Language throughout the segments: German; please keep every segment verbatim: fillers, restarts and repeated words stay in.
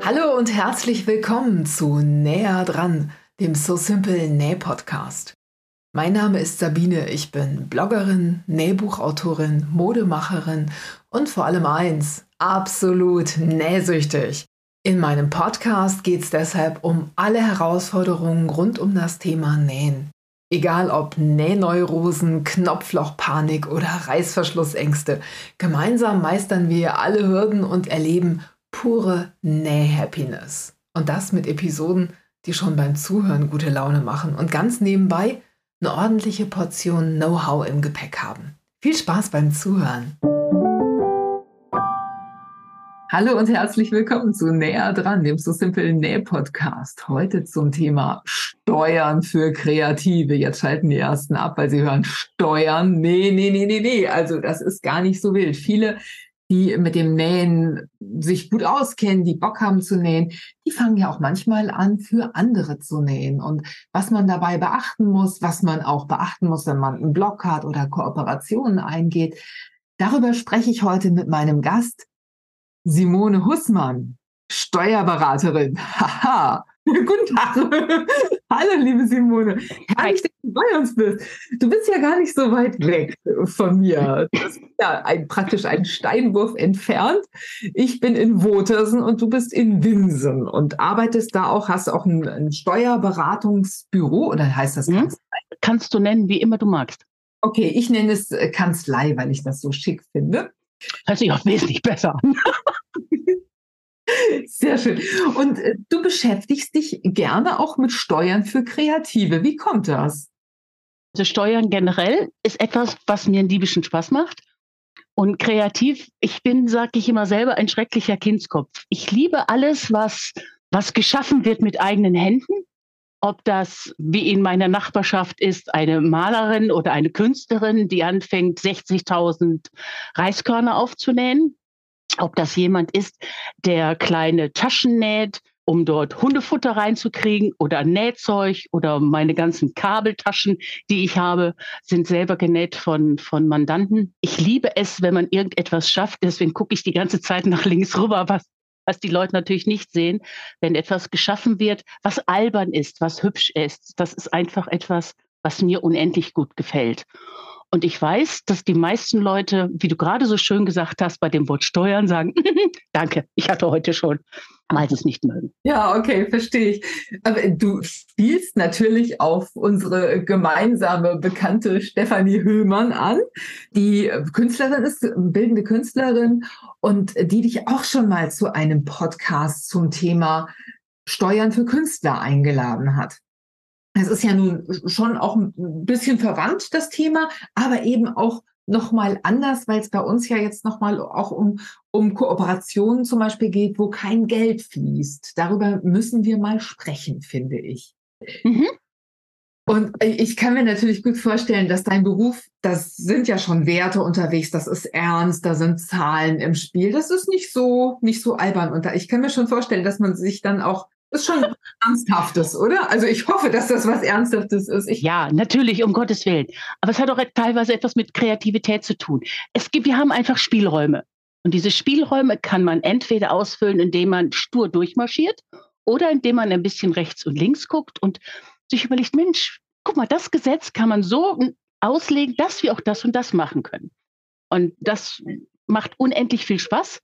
Hallo und herzlich willkommen zu Näher dran, dem So Simple Näh-Podcast. Mein Name ist Sabine, ich bin Bloggerin, Nähbuchautorin, Modemacherin und vor allem eins, absolut nähsüchtig. In meinem Podcast geht es deshalb um alle Herausforderungen rund um das Thema Nähen. Egal ob Nähneurosen, Knopflochpanik oder Reißverschlussängste, gemeinsam meistern wir alle Hürden und erleben pure Näh-Happiness. Und das mit Episoden, die schon beim Zuhören gute Laune machen und ganz nebenbei eine ordentliche Portion Know-how im Gepäck haben. Viel Spaß beim Zuhören! Hallo und herzlich willkommen zu Näher dran, dem So Simple Näh-Podcast. Heute zum Thema Steuern für Kreative. Jetzt schalten die Ersten ab, weil sie hören Steuern. Nee, nee, nee, nee, nee. Also das ist gar nicht so wild. Viele, die mit dem Nähen sich gut auskennen, die Bock haben zu nähen, die fangen ja auch manchmal an, für andere zu nähen. Und was man dabei beachten muss, was man auch beachten muss, wenn man einen Blog hat oder Kooperationen eingeht, darüber spreche ich heute mit meinem Gast, Simone Hussmann, Steuerberaterin. Haha. Guten Tag. Hallo, liebe Simone. Herrlich, dass du bei uns bist. Du bist ja gar nicht so weit weg von mir. Das ist ja ein, praktisch ein Steinwurf entfernt. Ich bin in Wotersen und du bist in Winsen und arbeitest da auch, hast auch ein, ein Steuerberatungsbüro oder heißt das Kanzlei? Hm? Kannst du nennen, wie immer du magst. Okay, ich nenne es Kanzlei, weil ich das so schick finde. Hört sich auch wesentlich besser an. Sehr schön. Und äh, du beschäftigst dich gerne auch mit Steuern für Kreative. Wie kommt das? Also Steuern generell ist etwas, was mir einen diebischen Spaß macht. Und kreativ, ich bin, sage ich immer selber, ein schrecklicher Kindskopf. Ich liebe alles, was, was geschaffen wird mit eigenen Händen. Ob das, wie in meiner Nachbarschaft ist, eine Malerin oder eine Künstlerin, die anfängt, sechzigtausend Reiskörner aufzunähen. Ob das jemand ist, der kleine Taschen näht, um dort Hundefutter reinzukriegen oder Nähzeug oder meine ganzen Kabeltaschen, die ich habe, sind selber genäht von, von Mandanten. Ich liebe es, wenn man irgendetwas schafft. Deswegen gucke ich die ganze Zeit nach links rüber, was, was die Leute natürlich nicht sehen. Wenn etwas geschaffen wird, was albern ist, was hübsch ist, das ist einfach etwas, was mir unendlich gut gefällt. Und ich weiß, dass die meisten Leute, wie du gerade so schön gesagt hast, bei dem Wort Steuern sagen, danke, ich hatte heute schon, weil sie es nicht mögen. Ja, okay, verstehe ich. Aber du spielst natürlich auf unsere gemeinsame Bekannte Stefanie Höhmann an, die Künstlerin ist, bildende Künstlerin und die dich auch schon mal zu einem Podcast zum Thema Steuern für Künstler eingeladen hat. Es ist ja nun schon auch ein bisschen verwandt, das Thema, aber eben auch nochmal anders, weil es bei uns ja jetzt nochmal auch um, um Kooperationen zum Beispiel geht, wo kein Geld fließt. Darüber müssen wir mal sprechen, finde ich. Mhm. Und ich kann mir natürlich gut vorstellen, dass dein Beruf, das sind ja schon Werte unterwegs, das ist ernst, da sind Zahlen im Spiel. Das ist nicht so, nicht so albern. Und ich kann mir schon vorstellen, dass man sich dann auch das ist schon was Ernsthaftes, oder? Also ich hoffe, dass das was Ernsthaftes ist. Ich ja, natürlich, um Gottes Willen. Aber es hat auch teilweise etwas mit Kreativität zu tun. Es gibt, wir haben einfach Spielräume. Und diese Spielräume kann man entweder ausfüllen, indem man stur durchmarschiert oder indem man ein bisschen rechts und links guckt und sich überlegt, Mensch, guck mal, das Gesetz kann man so auslegen, dass wir auch das und das machen können. Und das macht unendlich viel Spaß.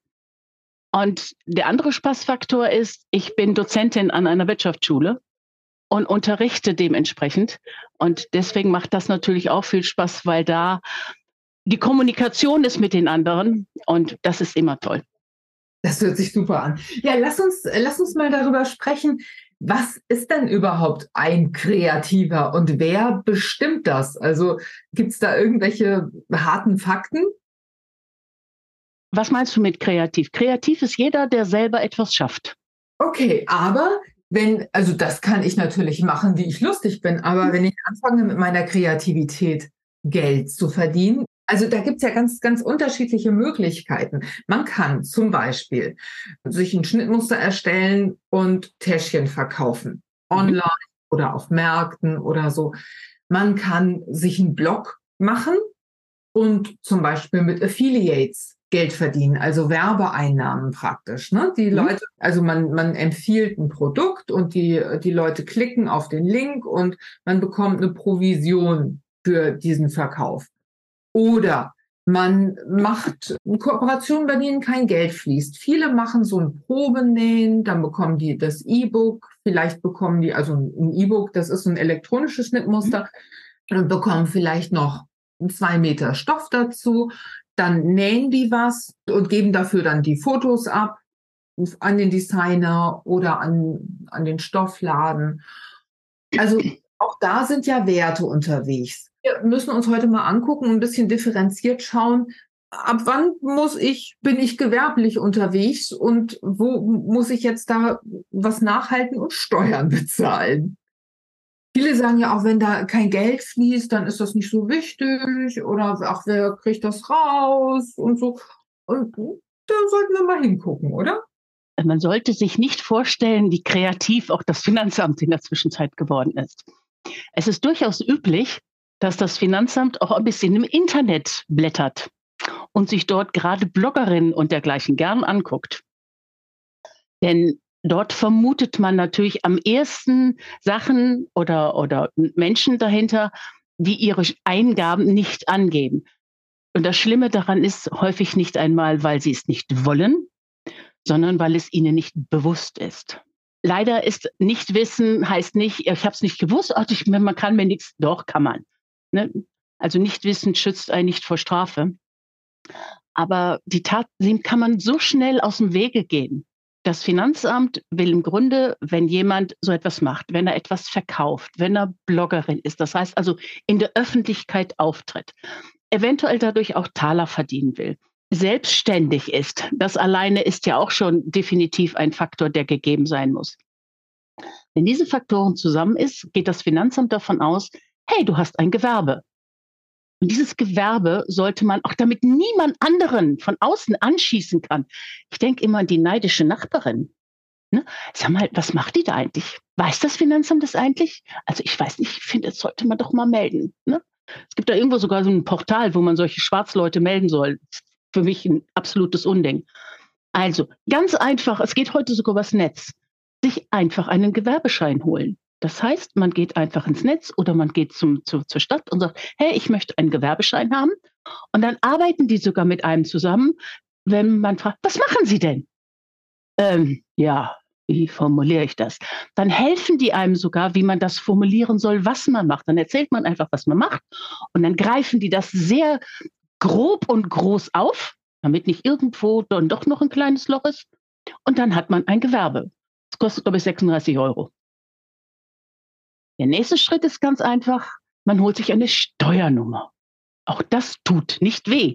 Und der andere Spaßfaktor ist, ich bin Dozentin an einer Wirtschaftsschule und unterrichte dementsprechend. Und deswegen macht das natürlich auch viel Spaß, weil da die Kommunikation ist mit den anderen und das ist immer toll. Das hört sich super an. Ja, lass uns, lass uns mal darüber sprechen. Was ist denn überhaupt ein Kreativer und wer bestimmt das? Also gibt es da irgendwelche harten Fakten? Was meinst du mit kreativ? Kreativ ist jeder, der selber etwas schafft. Okay, aber wenn, also das kann ich natürlich machen, wie ich lustig bin, aber wenn ich anfange mit meiner Kreativität Geld zu verdienen, also da gibt es ja ganz, ganz unterschiedliche Möglichkeiten. Man kann zum Beispiel sich ein Schnittmuster erstellen und Täschchen verkaufen, online mhm. oder auf Märkten oder so. Man kann sich einen Blog machen und zum Beispiel mit Affiliates Geld verdienen, also Werbeeinnahmen praktisch. Ne? Die mhm. Leute, also man, man empfiehlt ein Produkt und die, die Leute klicken auf den Link und man bekommt eine Provision für diesen Verkauf. Oder man macht eine Kooperation, bei denen kein Geld fließt. Viele machen so ein Probennähen, dann bekommen die das E-Book, vielleicht bekommen die, also ein E-Book, das ist so ein elektronisches Schnittmuster, und bekommen vielleicht noch zwei Meter Stoff dazu. Dann nähen die was und geben dafür dann die Fotos ab an den Designer oder an, an den Stoffladen. Also auch da sind ja Werte unterwegs. Wir müssen uns heute mal angucken und ein bisschen differenziert schauen, ab wann muss ich, bin ich gewerblich unterwegs und wo muss ich jetzt da was nachhalten und Steuern bezahlen? Viele sagen ja auch, wenn da kein Geld fließt, dann ist das nicht so wichtig oder ach, wer kriegt das raus und so. Und da sollten wir mal hingucken, oder? Man sollte sich nicht vorstellen, wie kreativ auch das Finanzamt in der Zwischenzeit geworden ist. Es ist durchaus üblich, dass das Finanzamt auch ein bisschen im Internet blättert und sich dort gerade Bloggerinnen und dergleichen gern anguckt. Denn dort vermutet man natürlich am ehesten Sachen oder, oder Menschen dahinter, die ihre Eingaben nicht angeben. Und das Schlimme daran ist häufig nicht einmal, weil sie es nicht wollen, sondern weil es ihnen nicht bewusst ist. Leider ist Nichtwissen, heißt nicht, ich habe es nicht gewusst, ach, ich, man kann mir nichts, doch kann man. Ne? Also Nichtwissen schützt einen nicht vor Strafe. Aber die Tat, dem kann man so schnell aus dem Wege gehen. Das Finanzamt will im Grunde, wenn jemand so etwas macht, wenn er etwas verkauft, wenn er Bloggerin ist, das heißt also in der Öffentlichkeit auftritt, eventuell dadurch auch Taler verdienen will, selbstständig ist, das alleine ist ja auch schon definitiv ein Faktor, der gegeben sein muss. Wenn diese Faktoren zusammen ist, geht das Finanzamt davon aus, hey, du hast ein Gewerbe. Und dieses Gewerbe sollte man, auch damit niemand anderen von außen anschießen kann. Ich denke immer an die neidische Nachbarin. Ne? Sag mal, was macht die da eigentlich? Weiß das Finanzamt das eigentlich? Also ich weiß nicht, ich finde, das sollte man doch mal melden. Ne? Es gibt da irgendwo sogar so ein Portal, wo man solche Schwarzleute melden soll. Für mich ein absolutes Unding. Also ganz einfach, es geht heute sogar übers Netz, sich einfach einen Gewerbeschein holen. Das heißt, man geht einfach ins Netz oder man geht zum, zu, zur Stadt und sagt, hey, ich möchte einen Gewerbeschein haben. Und dann arbeiten die sogar mit einem zusammen, wenn man fragt, was machen Sie denn? Ähm, ja, wie formuliere ich das? Dann helfen die einem sogar, wie man das formulieren soll, was man macht. Dann erzählt man einfach, was man macht. Und dann greifen die das sehr grob und groß auf, damit nicht irgendwo dann doch noch ein kleines Loch ist. Und dann hat man ein Gewerbe. Das kostet, glaube ich, sechsunddreißig Euro. Der nächste Schritt ist ganz einfach, man holt sich eine Steuernummer. Auch das tut nicht weh.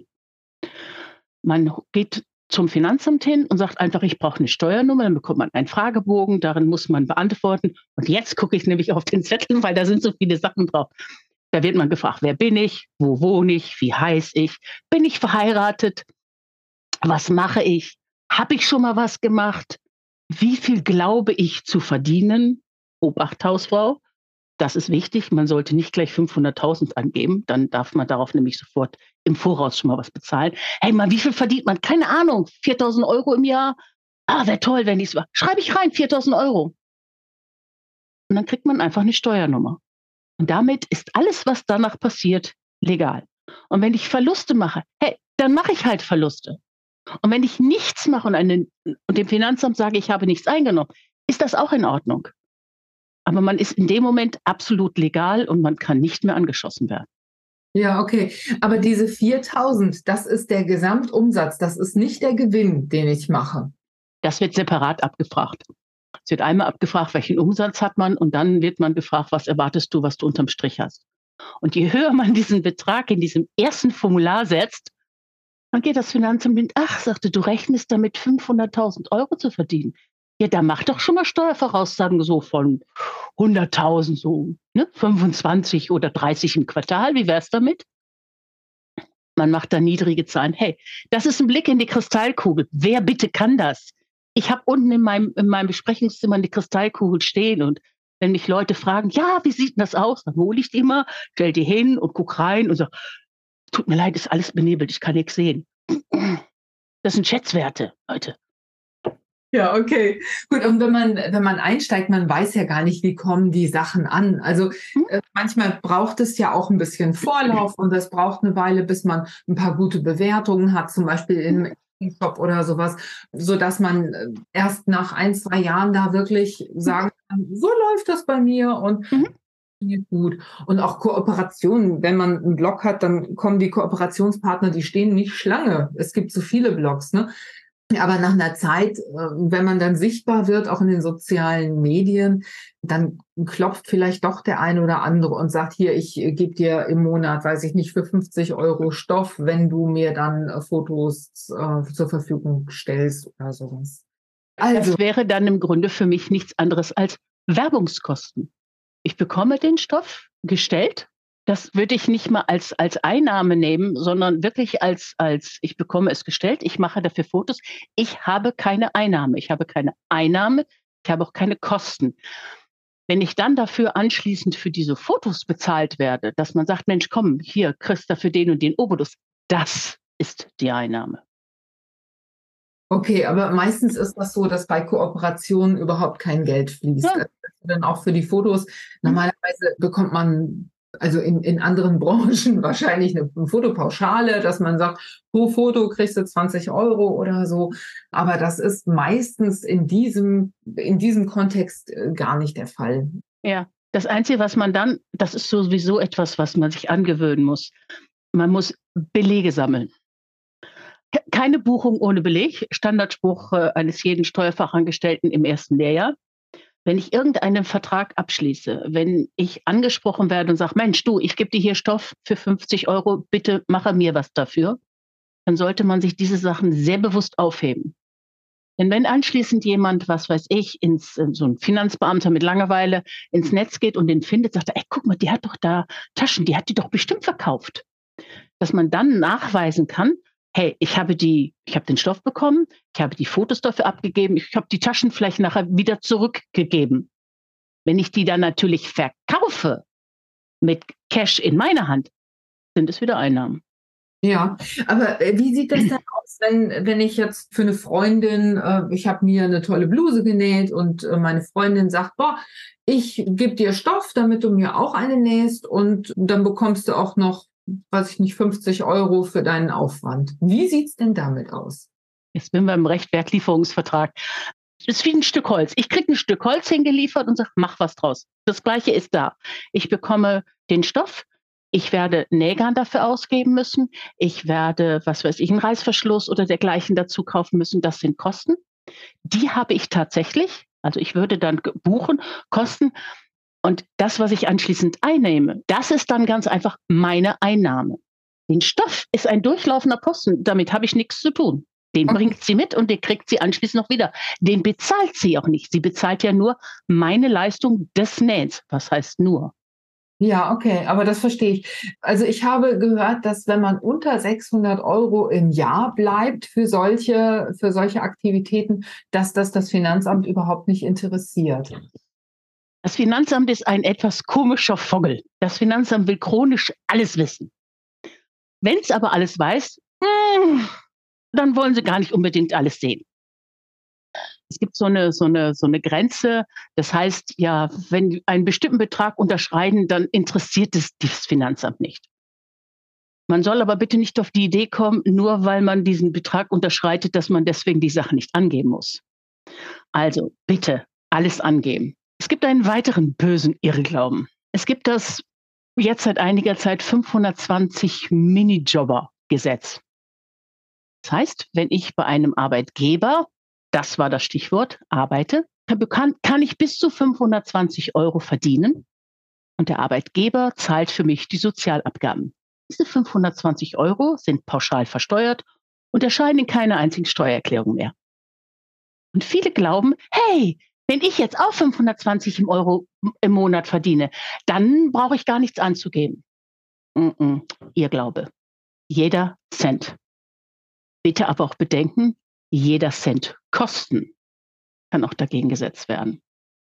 Man geht zum Finanzamt hin und sagt einfach, ich brauche eine Steuernummer, dann bekommt man einen Fragebogen, darin muss man beantworten. Und jetzt gucke ich nämlich auf den Zettel, weil da sind so viele Sachen drauf. Da wird man gefragt, wer bin ich, wo wohne ich, wie heiß ich, bin ich verheiratet, was mache ich, habe ich schon mal was gemacht, wie viel glaube ich zu verdienen, Obacht Hausfrau. Das ist wichtig, man sollte nicht gleich fünfhunderttausend angeben, dann darf man darauf nämlich sofort im Voraus schon mal was bezahlen. Hey, mal, wie viel verdient man? Keine Ahnung, viertausend Euro im Jahr? Ah, wäre toll, wenn ich es war. Schreibe ich rein, viertausend Euro. Und dann kriegt man einfach eine Steuernummer. Und damit ist alles, was danach passiert, legal. Und wenn ich Verluste mache, hey, dann mache ich halt Verluste. Und wenn ich nichts mache und, einen, und dem Finanzamt sage, ich habe nichts eingenommen, ist das auch in Ordnung. Aber man ist in dem Moment absolut legal und man kann nicht mehr angeschossen werden. Ja, okay. Aber diese viertausend, das ist der Gesamtumsatz, das ist nicht der Gewinn, den ich mache. Das wird separat abgefragt. Es wird einmal abgefragt, welchen Umsatz hat man und dann wird man gefragt, was erwartest du, was du unterm Strich hast. Und je höher man diesen Betrag in diesem ersten Formular setzt, dann geht das Finanzamt mit, ach, sagte, du rechnest damit fünfhunderttausend Euro zu verdienen. Ja, da mach doch schon mal Steuervoraussagen so von hunderttausend, so ne, fünfundzwanzig oder dreißig im Quartal. Wie wär's damit? Man macht da niedrige Zahlen. Hey, das ist ein Blick in die Kristallkugel. Wer bitte kann das? Ich habe unten in meinem, in meinem Besprechungszimmer eine Kristallkugel stehen und wenn mich Leute fragen, ja, wie sieht denn das aus? Dann hole ich die immer, stell die hin und guck rein und sage, tut mir leid, ist alles benebelt, ich kann nichts sehen. Das sind Schätzwerte, Leute. Ja, okay. Gut, und wenn man, wenn man einsteigt, man weiß ja gar nicht, wie kommen die Sachen an. Also äh, manchmal braucht es ja auch ein bisschen Vorlauf und das braucht eine Weile, bis man ein paar gute Bewertungen hat, zum Beispiel im Shop oder sowas, sodass man äh, erst nach ein, zwei Jahren da wirklich sagen kann, so läuft das bei mir und Mhm. funktioniert gut. Und auch Kooperationen, wenn man einen Blog hat, dann kommen die Kooperationspartner, die stehen nicht Schlange. Es gibt so viele Blogs, ne? Aber nach einer Zeit, wenn man dann sichtbar wird, auch in den sozialen Medien, dann klopft vielleicht doch der eine oder andere und sagt, hier, ich gebe dir im Monat, weiß ich nicht, für fünfzig Euro Stoff, wenn du mir dann Fotos äh, zur Verfügung stellst oder sowas. Also. Das wäre dann im Grunde für mich nichts anderes als Werbungskosten. Ich bekomme den Stoff gestellt. Das würde ich nicht mal als, als Einnahme nehmen, sondern wirklich als, als, ich bekomme es gestellt, ich mache dafür Fotos. Ich habe keine Einnahme. Ich habe keine Einnahme, ich habe auch keine Kosten. Wenn ich dann dafür anschließend für diese Fotos bezahlt werde, dass man sagt, Mensch, komm, hier, kriegst du für den und den Obolus, das ist die Einnahme. Okay, aber meistens ist das so, dass bei Kooperationen überhaupt kein Geld fließt. Ja. Also dann auch für die Fotos. Normalerweise bekommt man also in, in anderen Branchen wahrscheinlich eine, eine Fotopauschale, dass man sagt, pro Foto kriegst du zwanzig Euro oder so. Aber das ist meistens in diesem, in diesem Kontext gar nicht der Fall. Ja, das Einzige, was man dann, das ist sowieso etwas, was man sich angewöhnen muss. Man muss Belege sammeln. Keine Buchung ohne Beleg. Standardspruch äh, eines jeden Steuerfachangestellten im ersten Lehrjahr. Wenn ich irgendeinen Vertrag abschließe, wenn ich angesprochen werde und sage, Mensch, du, ich gebe dir hier Stoff für fünfzig Euro, bitte mache mir was dafür, dann sollte man sich diese Sachen sehr bewusst aufheben. Denn wenn anschließend jemand, was weiß ich, ins, so ein Finanzbeamter mit Langeweile ins Netz geht und den findet, sagt er, ey, guck mal, die hat doch da Taschen, die hat die doch bestimmt verkauft. Dass man dann nachweisen kann, hey, ich habe die, ich habe den Stoff bekommen, ich habe die Fotos dafür abgegeben, ich habe die Taschen vielleicht nachher wieder zurückgegeben. Wenn ich die dann natürlich verkaufe mit Cash in meiner Hand, sind es wieder Einnahmen. Ja, aber wie sieht das denn aus, wenn, wenn ich jetzt für eine Freundin, äh, ich habe mir eine tolle Bluse genäht und äh, meine Freundin sagt, boah, ich gebe dir Stoff, damit du mir auch eine nähst und dann bekommst du auch noch, weiß ich nicht, fünfzig Euro für deinen Aufwand. Wie sieht's denn damit aus? Jetzt bin wir im Rechtwerklieferungsvertrag. Das ist wie ein Stück Holz. Ich kriege ein Stück Holz hingeliefert und sage, mach was draus. Das Gleiche ist da. Ich bekomme den Stoff. Ich werde Nähgarn dafür ausgeben müssen. Ich werde, was weiß ich, einen Reißverschluss oder dergleichen dazu kaufen müssen. Das sind Kosten. Die habe ich tatsächlich. Also ich würde dann buchen, Kosten. Und das, was ich anschließend einnehme, das ist dann ganz einfach meine Einnahme. Den Stoff ist ein durchlaufender Posten. Damit habe ich nichts zu tun. Den okay. bringt sie mit und den kriegt sie anschließend noch wieder. Den bezahlt sie auch nicht. Sie bezahlt ja nur meine Leistung des Nähens. Was heißt nur? Ja, okay, aber das verstehe ich. Also ich habe gehört, dass wenn man unter sechshundert Euro im Jahr bleibt für solche, für solche Aktivitäten, dass das das Finanzamt überhaupt nicht interessiert. Das Finanzamt ist ein etwas komischer Vogel. Das Finanzamt will chronisch alles wissen. Wenn es aber alles weiß, dann wollen sie gar nicht unbedingt alles sehen. Es gibt so eine, so eine, so eine Grenze. Das heißt, ja, wenn die einen bestimmten Betrag unterschreiten, dann interessiert es das Finanzamt nicht. Man soll aber bitte nicht auf die Idee kommen, nur weil man diesen Betrag unterschreitet, dass man deswegen die Sache nicht angeben muss. Also bitte alles angeben. Es gibt einen weiteren bösen Irrglauben. Es gibt das jetzt seit einiger Zeit fünfhundertzwanzig Minijobber-Gesetz. Das heißt, wenn ich bei einem Arbeitgeber, das war das Stichwort, arbeite, kann, kann ich bis zu fünfhundertzwanzig Euro verdienen und der Arbeitgeber zahlt für mich die Sozialabgaben. Diese fünfhundertzwanzig Euro sind pauschal versteuert und erscheinen in keiner einzigen Steuererklärung mehr. Und viele glauben, hey, wenn ich jetzt auch fünfhundertzwanzig Euro im Monat verdiene, dann brauche ich gar nichts anzugeben. Mm-mm, ihr Glaube. Jeder Cent. Bitte aber auch bedenken, jeder Cent Kosten kann auch dagegen gesetzt werden.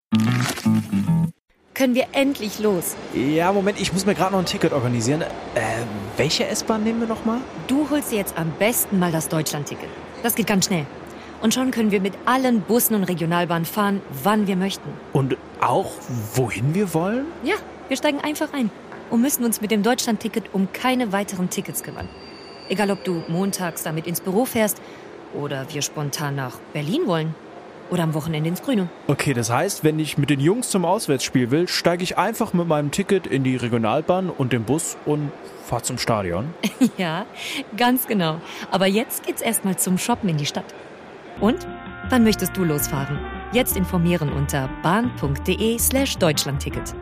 Können wir endlich los? Ja, Moment, ich muss mir gerade noch ein Ticket organisieren. Äh, welche S-Bahn nehmen wir nochmal? Du holst dir jetzt am besten mal das Deutschland-Ticket. Das geht ganz schnell. Und schon können wir mit allen Bussen und Regionalbahnen fahren, wann wir möchten. Und auch, wohin wir wollen? Ja, wir steigen einfach ein und müssen uns mit dem Deutschlandticket um keine weiteren Tickets kümmern. Egal, ob du montags damit ins Büro fährst oder wir spontan nach Berlin wollen oder am Wochenende ins Grüne. Okay, das heißt, wenn ich mit den Jungs zum Auswärtsspiel will, steige ich einfach mit meinem Ticket in die Regionalbahn und den Bus und fahre zum Stadion. Ja, ganz genau. Aber jetzt geht's erstmal zum Shoppen in die Stadt. Und? Wann möchtest du losfahren? Jetzt informieren unter bahn.de slash Deutschlandticket.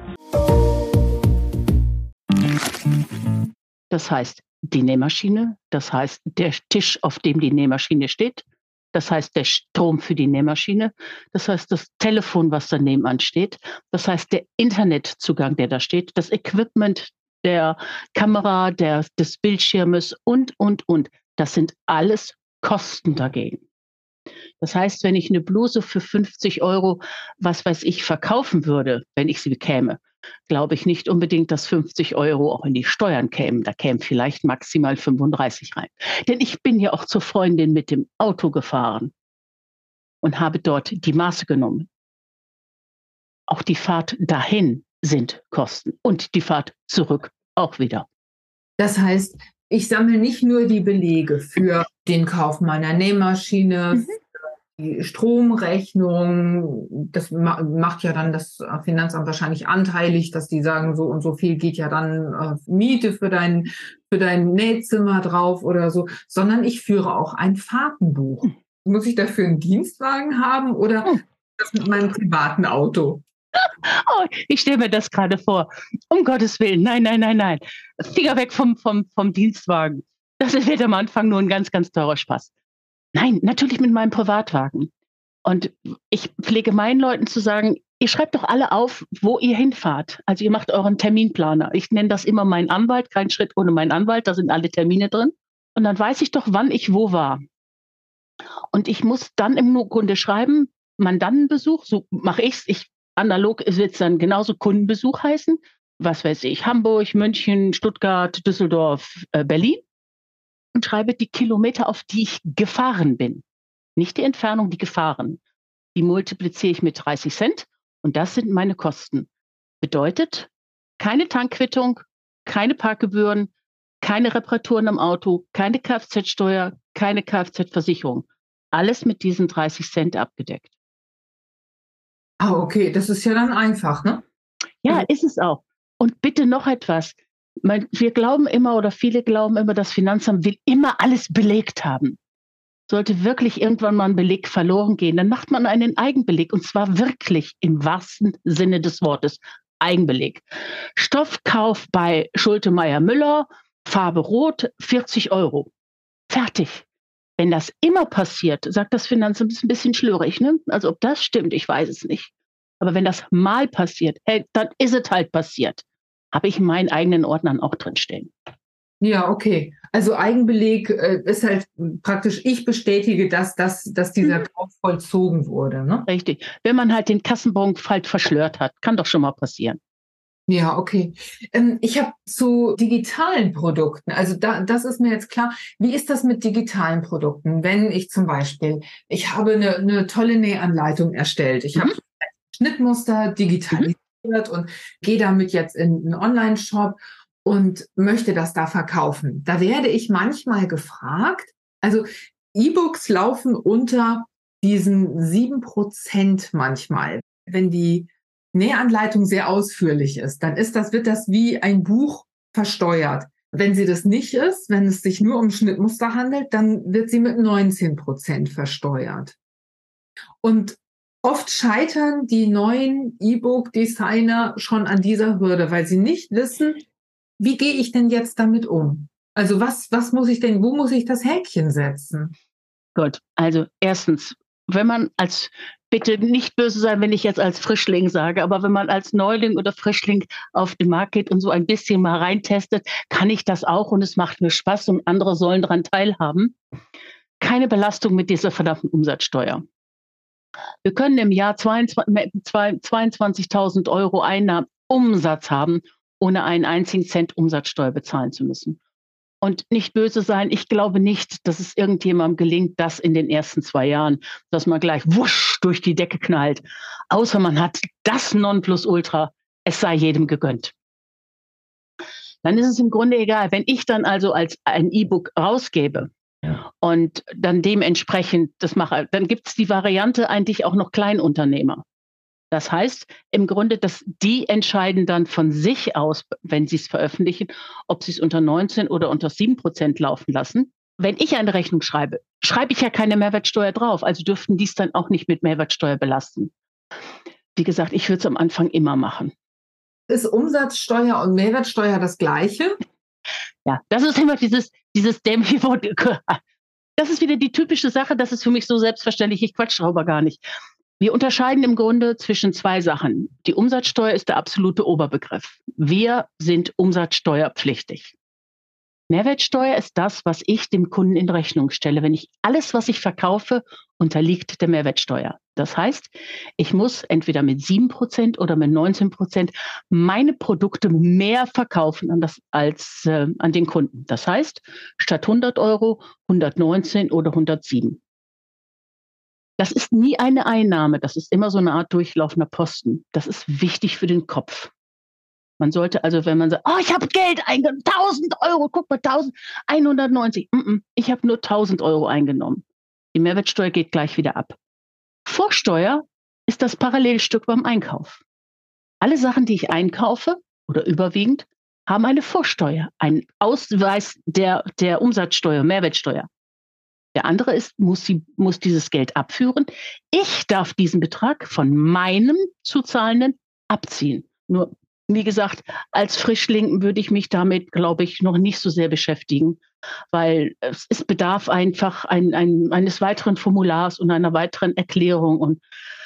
Das heißt, die Nähmaschine, das heißt, der Tisch, auf dem die Nähmaschine steht, das heißt, der Strom für die Nähmaschine, das heißt, das Telefon, was daneben ansteht, das heißt, der Internetzugang, der da steht, das Equipment der Kamera, der, des Bildschirmes und, und, und. Das sind alles Kosten dagegen. Das heißt, wenn ich eine Bluse für fünfzig Euro, was weiß ich, verkaufen würde, wenn ich sie bekäme, glaube ich nicht unbedingt, dass fünfzig Euro auch in die Steuern kämen. Da kämen vielleicht maximal fünfunddreißig rein. Denn ich bin ja auch zur Freundin mit dem Auto gefahren und habe dort die Maße genommen. Auch die Fahrt dahin sind Kosten und die Fahrt zurück auch wieder. Das heißt, ich sammle nicht nur die Belege für den Kauf meiner Nähmaschine, Mhm. die Stromrechnung, das ma- macht ja dann das Finanzamt wahrscheinlich anteilig, dass die sagen, so und so viel geht ja dann äh, Miete für dein, für dein Nähzimmer drauf oder so, sondern ich führe auch ein Fahrtenbuch. Muss ich dafür einen Dienstwagen haben oder Hm. das mit meinem privaten Auto? Oh, ich stelle mir das gerade vor. Um Gottes Willen, nein, nein, nein, nein. Finger weg vom, vom, vom Dienstwagen. Das wird am Anfang nur ein ganz, ganz teurer Spaß. Nein, natürlich mit meinem Privatwagen. Und ich pflege meinen Leuten zu sagen, ihr schreibt doch alle auf, wo ihr hinfahrt. Also ihr macht euren Terminplaner. Ich nenne das immer meinen Anwalt, kein Schritt ohne meinen Anwalt, da sind alle Termine drin. Und dann weiß ich doch, wann ich wo war. Und ich muss dann im Grunde schreiben, Mandantenbesuch, so mache ich's. Ich analog wird es dann genauso Kundenbesuch heißen. Was weiß ich, Hamburg, München, Stuttgart, Düsseldorf, äh, Berlin. Und schreibe die Kilometer, auf die ich gefahren bin. Nicht die Entfernung, die gefahren. Die multipliziere ich mit dreißig Cent und das sind meine Kosten. Bedeutet, keine Tankquittung, keine Parkgebühren, keine Reparaturen am Auto, keine Kfz-Steuer, keine Kfz-Versicherung. Alles mit diesen dreißig Cent abgedeckt. Ah, okay, das ist ja dann einfach, ne? Ja, ist es auch. Und bitte noch etwas. Man, wir glauben immer oder viele glauben immer, das Finanzamt will immer alles belegt haben. Sollte wirklich irgendwann mal ein Beleg verloren gehen, dann macht man einen Eigenbeleg und zwar wirklich im wahrsten Sinne des Wortes Eigenbeleg. Stoffkauf bei Schulte-Meyer-Müller, Farbe Rot, vierzig Euro. Fertig. Wenn das immer passiert, sagt das Finanzamt, ist ein bisschen schlürig, ne? Also ob das stimmt, ich weiß es nicht. Aber wenn das mal passiert, hey, dann ist es halt passiert. Habe ich in meinen eigenen Ordnern auch drinstehen. Ja, okay. Also Eigenbeleg äh, ist halt praktisch, ich bestätige, dass, dass, dass dieser Mhm. Kauf vollzogen wurde, ne? Richtig. Wenn man halt den Kassenbon falsch verschlört hat, kann doch schon mal passieren. Ja, okay. Ähm, ich habe zu digitalen Produkten, also da, das ist mir jetzt klar. Wie ist das mit digitalen Produkten? Wenn ich zum Beispiel, ich habe eine, eine tolle Nähanleitung erstellt. Ich Mhm. habe Schnittmuster digitalisiert und gehe damit jetzt in einen Online-Shop und möchte das da verkaufen. Da werde ich manchmal gefragt, also E-Books laufen unter diesen sieben Prozent manchmal. Wenn die Nähanleitung sehr ausführlich ist, dann ist das, wird das wie ein Buch versteuert. Wenn sie das nicht ist, wenn es sich nur um Schnittmuster handelt, dann wird sie mit neunzehn Prozent versteuert. Und oft scheitern die neuen E-Book-Designer schon an dieser Hürde, weil sie nicht wissen, wie gehe ich denn jetzt damit um? Also was, was muss ich denn, wo muss ich das Häkchen setzen? Gut, also erstens, wenn man als, bitte nicht böse sein, wenn ich jetzt als Frischling sage, aber wenn man als Neuling oder Frischling auf den Markt geht und so ein bisschen mal reintestet, kann ich das auch und es macht mir Spaß und andere sollen daran teilhaben. Keine Belastung mit dieser verdammten Umsatzsteuer. Wir können im Jahr zweiundzwanzigtausend Euro Einnahmen Umsatz haben, ohne einen einzigen Cent Umsatzsteuer bezahlen zu müssen. Und nicht böse sein, ich glaube nicht, dass es irgendjemandem gelingt, das in den ersten zwei Jahren, dass man gleich wusch durch die Decke knallt. Außer man hat das Nonplusultra, es sei jedem gegönnt. Dann ist es im Grunde egal, wenn ich dann also als ein E-Book rausgebe ja. und dann dementsprechend das mache, dann gibt es die Variante eigentlich auch noch Kleinunternehmer. Das heißt, im Grunde, dass die entscheiden dann von sich aus, wenn sie es veröffentlichen, ob sie es unter neunzehn oder unter sieben Prozent laufen lassen. Wenn ich eine Rechnung schreibe, schreibe ich ja keine Mehrwertsteuer drauf. Also dürften die es dann auch nicht mit Mehrwertsteuer belasten. Wie gesagt, ich würde es am Anfang immer machen. Ist Umsatzsteuer und Mehrwertsteuer das Gleiche? Ja, das ist immer dieses, dieses dämliche Wort. Das ist wieder die typische Sache, das ist für mich so selbstverständlich, ich quatsch darüber gar nicht. Wir unterscheiden im Grunde zwischen zwei Sachen. Die Umsatzsteuer ist der absolute Oberbegriff. Wir sind umsatzsteuerpflichtig. Mehrwertsteuer ist das, was ich dem Kunden in Rechnung stelle. Wenn ich alles, was ich verkaufe, unterliegt der Mehrwertsteuer. Das heißt, ich muss entweder mit sieben Prozent oder mit neunzehn Prozent meine Produkte mehr verkaufen an das, als äh, an den Kunden. Das heißt, statt hundert Euro hundertneunzehn oder hundertsieben. Das ist nie eine Einnahme, das ist immer so eine Art durchlaufender Posten. Das ist wichtig für den Kopf. Man sollte also, wenn man sagt, oh, ich habe Geld eingenommen, tausend Euro, guck mal, eintausendeinhundertneunzig. Mm-mm, ich habe nur tausend Euro eingenommen. Die Mehrwertsteuer geht gleich wieder ab. Vorsteuer ist das Parallelstück beim Einkauf. Alle Sachen, die ich einkaufe oder überwiegend, haben eine Vorsteuer, einen Ausweis der, der Umsatzsteuer, Mehrwertsteuer. Der andere ist, muss, sie, muss dieses Geld abführen. Ich darf diesen Betrag von meinem zu zahlenden abziehen. Nur, wie gesagt, als Frischling würde ich mich damit, glaube ich, noch nicht so sehr beschäftigen, weil es, es bedarf einfach ein, ein, eines weiteren Formulars und einer weiteren Erklärung und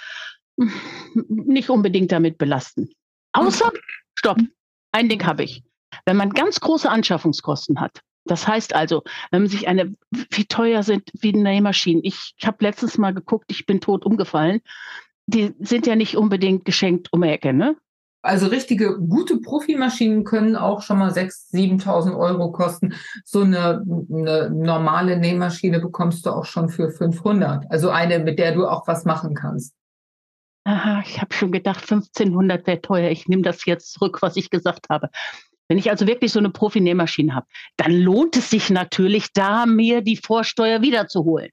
nicht unbedingt damit belasten. Außer, stopp, ein Ding habe ich. Wenn man ganz große Anschaffungskosten hat, das heißt also, wenn man sich eine, wie teuer sind wie Nähmaschinen. Ich, ich habe letztens mal geguckt, ich bin tot umgefallen. Die sind ja nicht unbedingt geschenkt um die Ecke, ne? Also richtige, gute Profimaschinen können auch schon mal sechstausend, siebentausend Euro kosten. So eine, eine normale Nähmaschine bekommst du auch schon für fünfhundert. Also eine, mit der du auch was machen kannst. Aha, ich habe schon gedacht, fünfzehnhundert wäre teuer. Ich nehme das jetzt zurück, was ich gesagt habe. Wenn ich also wirklich so eine Profi-Nähmaschine habe, dann lohnt es sich natürlich, da mir die Vorsteuer wiederzuholen.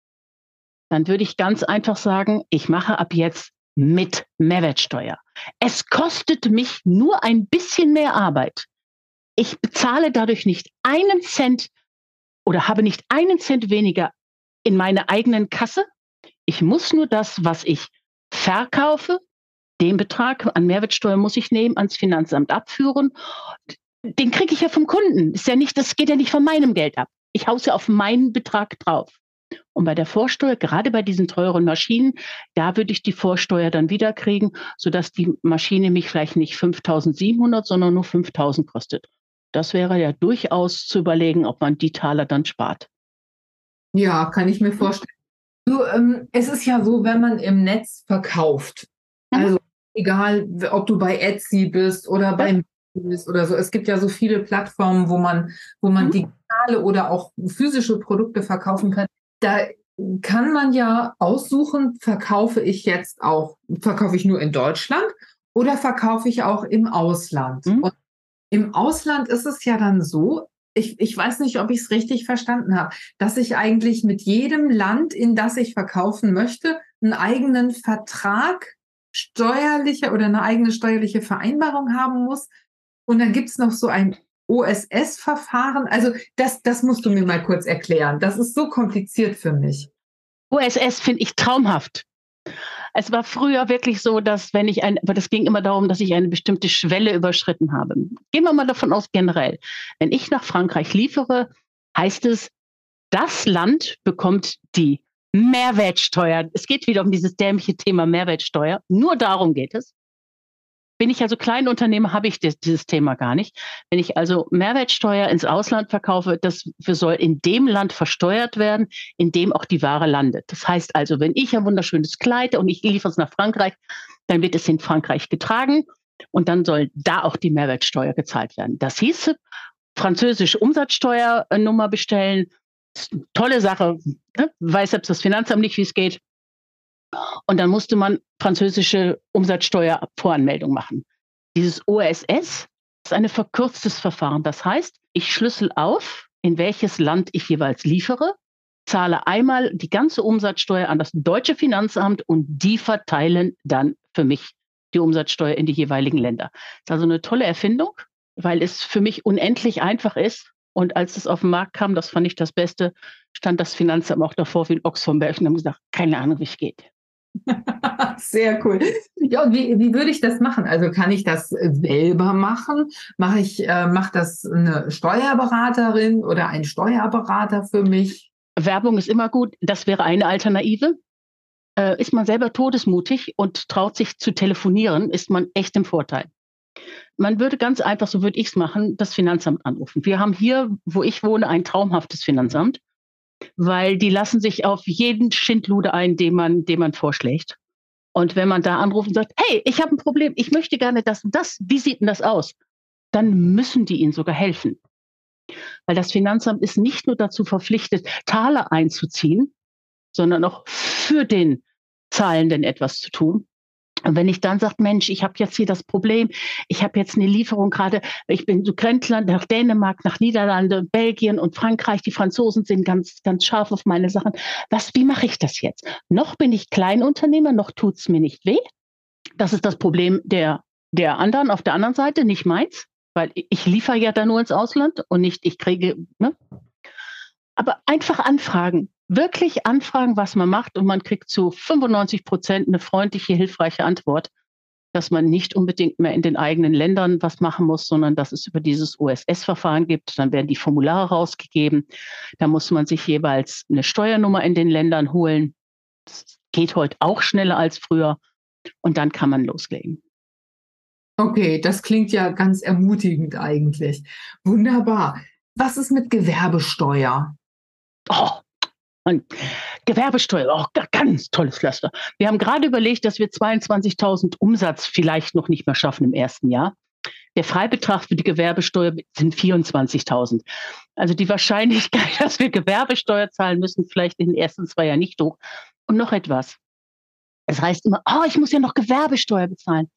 Dann würde ich ganz einfach sagen, ich mache ab jetzt mit Mehrwertsteuer. Es kostet mich nur ein bisschen mehr Arbeit. Ich bezahle dadurch nicht einen Cent oder habe nicht einen Cent weniger in meiner eigenen Kasse. Ich muss nur das, was ich verkaufe, den Betrag an Mehrwertsteuer muss ich nehmen, ans Finanzamt abführen. Den kriege ich ja vom Kunden. Ist ja nicht, das geht ja nicht von meinem Geld ab. Ich haue es ja auf meinen Betrag drauf. Und bei der Vorsteuer, gerade bei diesen teuren Maschinen, da würde ich die Vorsteuer dann wieder kriegen, sodass die Maschine mich vielleicht nicht fünftausendsiebenhundert, sondern nur fünftausend kostet. Das wäre ja durchaus zu überlegen, ob man die Taler dann spart. Ja, kann ich mir vorstellen. Du, ähm, es ist ja so, wenn man im Netz verkauft, also egal, ob du bei Etsy bist oder beim bist oder so, es gibt ja so viele Plattformen, wo man, wo man mhm. digitale oder auch physische Produkte verkaufen kann. Da kann man ja aussuchen, verkaufe ich jetzt auch, verkaufe ich nur in Deutschland oder verkaufe ich auch im Ausland? Mhm. Und im Ausland ist es ja dann so, ich, ich weiß nicht, ob ich es richtig verstanden habe, dass ich eigentlich mit jedem Land, in das ich verkaufen möchte, einen eigenen Vertrag steuerliche oder eine eigene steuerliche Vereinbarung haben muss. Und dann gibt es noch so ein O S S-Verfahren. Also das, das musst du mir mal kurz erklären. Das ist so kompliziert für mich. O S S finde ich traumhaft. Es war früher wirklich so, dass wenn ich ein, aber das ging immer darum, dass ich eine bestimmte Schwelle überschritten habe. Gehen wir mal davon aus, generell. Wenn ich nach Frankreich liefere, heißt es, das Land bekommt die Mehrwertsteuer. Es geht wieder um dieses dämliche Thema Mehrwertsteuer. Nur darum geht es. Bin ich also Kleinunternehmer, habe ich das, dieses Thema gar nicht. Wenn ich also Mehrwertsteuer ins Ausland verkaufe, das soll in dem Land versteuert werden, in dem auch die Ware landet. Das heißt also, wenn ich ein wunderschönes Kleid und ich liefere es nach Frankreich, dann wird es in Frankreich getragen und dann soll da auch die Mehrwertsteuer gezahlt werden. Das hieße, französische Umsatzsteuernummer bestellen. Das ist eine tolle Sache. Ne? Weiß selbst das Finanzamt nicht, wie es geht. Und dann musste man französische Umsatzsteuervoranmeldung machen. Dieses O S S ist ein verkürztes Verfahren. Das heißt, ich schlüssel auf, in welches Land ich jeweils liefere, zahle einmal die ganze Umsatzsteuer an das deutsche Finanzamt und die verteilen dann für mich die Umsatzsteuer in die jeweiligen Länder. Das ist also eine tolle Erfindung, weil es für mich unendlich einfach ist. Und als es auf den Markt kam, das fand ich das Beste, stand das Finanzamt auch davor wie ein Ochs vom Berg und haben gesagt, keine Ahnung, wie es geht. Sehr cool. Ja, und wie, wie würde ich das machen? Also kann ich das selber machen? Mache ich, äh, macht das eine Steuerberaterin oder ein Steuerberater für mich? Werbung ist immer gut. Das wäre eine Alternative. Äh, ist man selber todesmutig und traut sich zu telefonieren, ist man echt im Vorteil. Man würde ganz einfach, so würde ich es machen, das Finanzamt anrufen. Wir haben hier, wo ich wohne, ein traumhaftes Finanzamt, weil die lassen sich auf jeden Schindluder ein, den man, den man vorschlägt. Und wenn man da anruft und sagt, hey, ich habe ein Problem, ich möchte gerne das und das, wie sieht denn das aus? Dann müssen die ihnen sogar helfen. Weil das Finanzamt ist nicht nur dazu verpflichtet, Taler einzuziehen, sondern auch für den Zahlenden etwas zu tun. Und wenn ich dann sage, Mensch, ich habe jetzt hier das Problem, ich habe jetzt eine Lieferung gerade, ich bin zu Grenzland, nach Dänemark, nach Niederlande, Belgien und Frankreich, die Franzosen sind ganz, ganz scharf auf meine Sachen. Was, wie mache ich das jetzt? Noch bin ich Kleinunternehmer, noch tut es mir nicht weh. Das ist das Problem der, der anderen auf der anderen Seite, nicht meins, weil ich liefere ja da nur ins Ausland und nicht, ich kriege, ne? Aber einfach anfragen. Wirklich anfragen, was man macht und man kriegt zu fünfundneunzig Prozent eine freundliche, hilfreiche Antwort, dass man nicht unbedingt mehr in den eigenen Ländern was machen muss, sondern dass es über dieses O S S-Verfahren gibt. Dann werden die Formulare rausgegeben. Da muss man sich jeweils eine Steuernummer in den Ländern holen. Das geht heute auch schneller als früher und dann kann man loslegen. Okay, das klingt ja ganz ermutigend eigentlich. Wunderbar. Was ist mit Gewerbesteuer? Oh, und Gewerbesteuer, auch oh, ganz tolles Pflaster. Wir haben gerade überlegt, dass wir zweiundzwanzigtausend Umsatz vielleicht noch nicht mehr schaffen im ersten Jahr. Der Freibetrag für die Gewerbesteuer sind vierundzwanzigtausend. Also die Wahrscheinlichkeit, dass wir Gewerbesteuer zahlen müssen, vielleicht in den ersten zwei Jahren nicht hoch. Und noch etwas. Es heißt immer, oh, ich muss ja noch Gewerbesteuer bezahlen.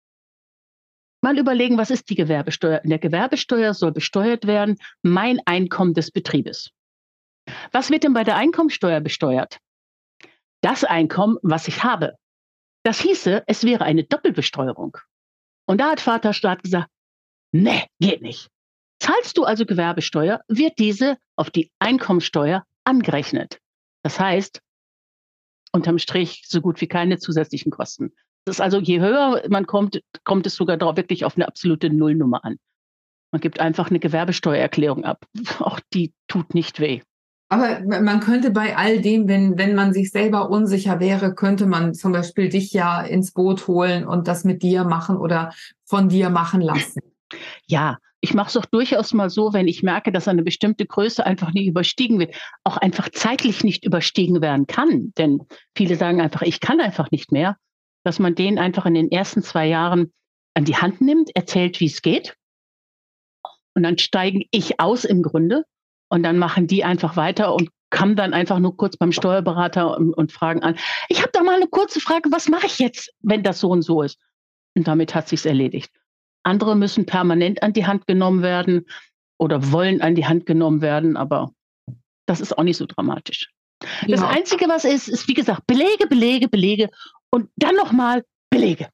Mal überlegen, was ist die Gewerbesteuer? In der Gewerbesteuer soll besteuert werden mein Einkommen des Betriebes. Was wird denn bei der Einkommensteuer besteuert? Das Einkommen, was ich habe. Das hieße, es wäre eine Doppelbesteuerung. Und da hat Vaterstaat gesagt, nee, geht nicht. Zahlst du also Gewerbesteuer, wird diese auf die Einkommensteuer angerechnet. Das heißt, unterm Strich so gut wie keine zusätzlichen Kosten. Das ist also, je höher man kommt, kommt es sogar drauf wirklich auf eine absolute Nullnummer an. Man gibt einfach eine Gewerbesteuererklärung ab. Auch die tut nicht weh. Aber man könnte bei all dem, wenn, wenn man sich selber unsicher wäre, könnte man zum Beispiel dich ja ins Boot holen und das mit dir machen oder von dir machen lassen. Ja, ich mache es auch durchaus mal so, wenn ich merke, dass eine bestimmte Größe einfach nicht überstiegen wird, auch einfach zeitlich nicht überstiegen werden kann. Denn viele sagen einfach, ich kann einfach nicht mehr, dass man den einfach in den ersten zwei Jahren an die Hand nimmt, erzählt, wie es geht. Und dann steige ich aus im Grunde. Und dann machen die einfach weiter und kommen dann einfach nur kurz beim Steuerberater und, und fragen an, ich habe da mal eine kurze Frage, was mache ich jetzt, wenn das so und so ist? Und damit hat sich's erledigt. Andere müssen permanent an die Hand genommen werden oder wollen an die Hand genommen werden, aber das ist auch nicht so dramatisch. Ja. Das Einzige, was ist, ist wie gesagt, Belege, Belege, Belege und dann nochmal Belege.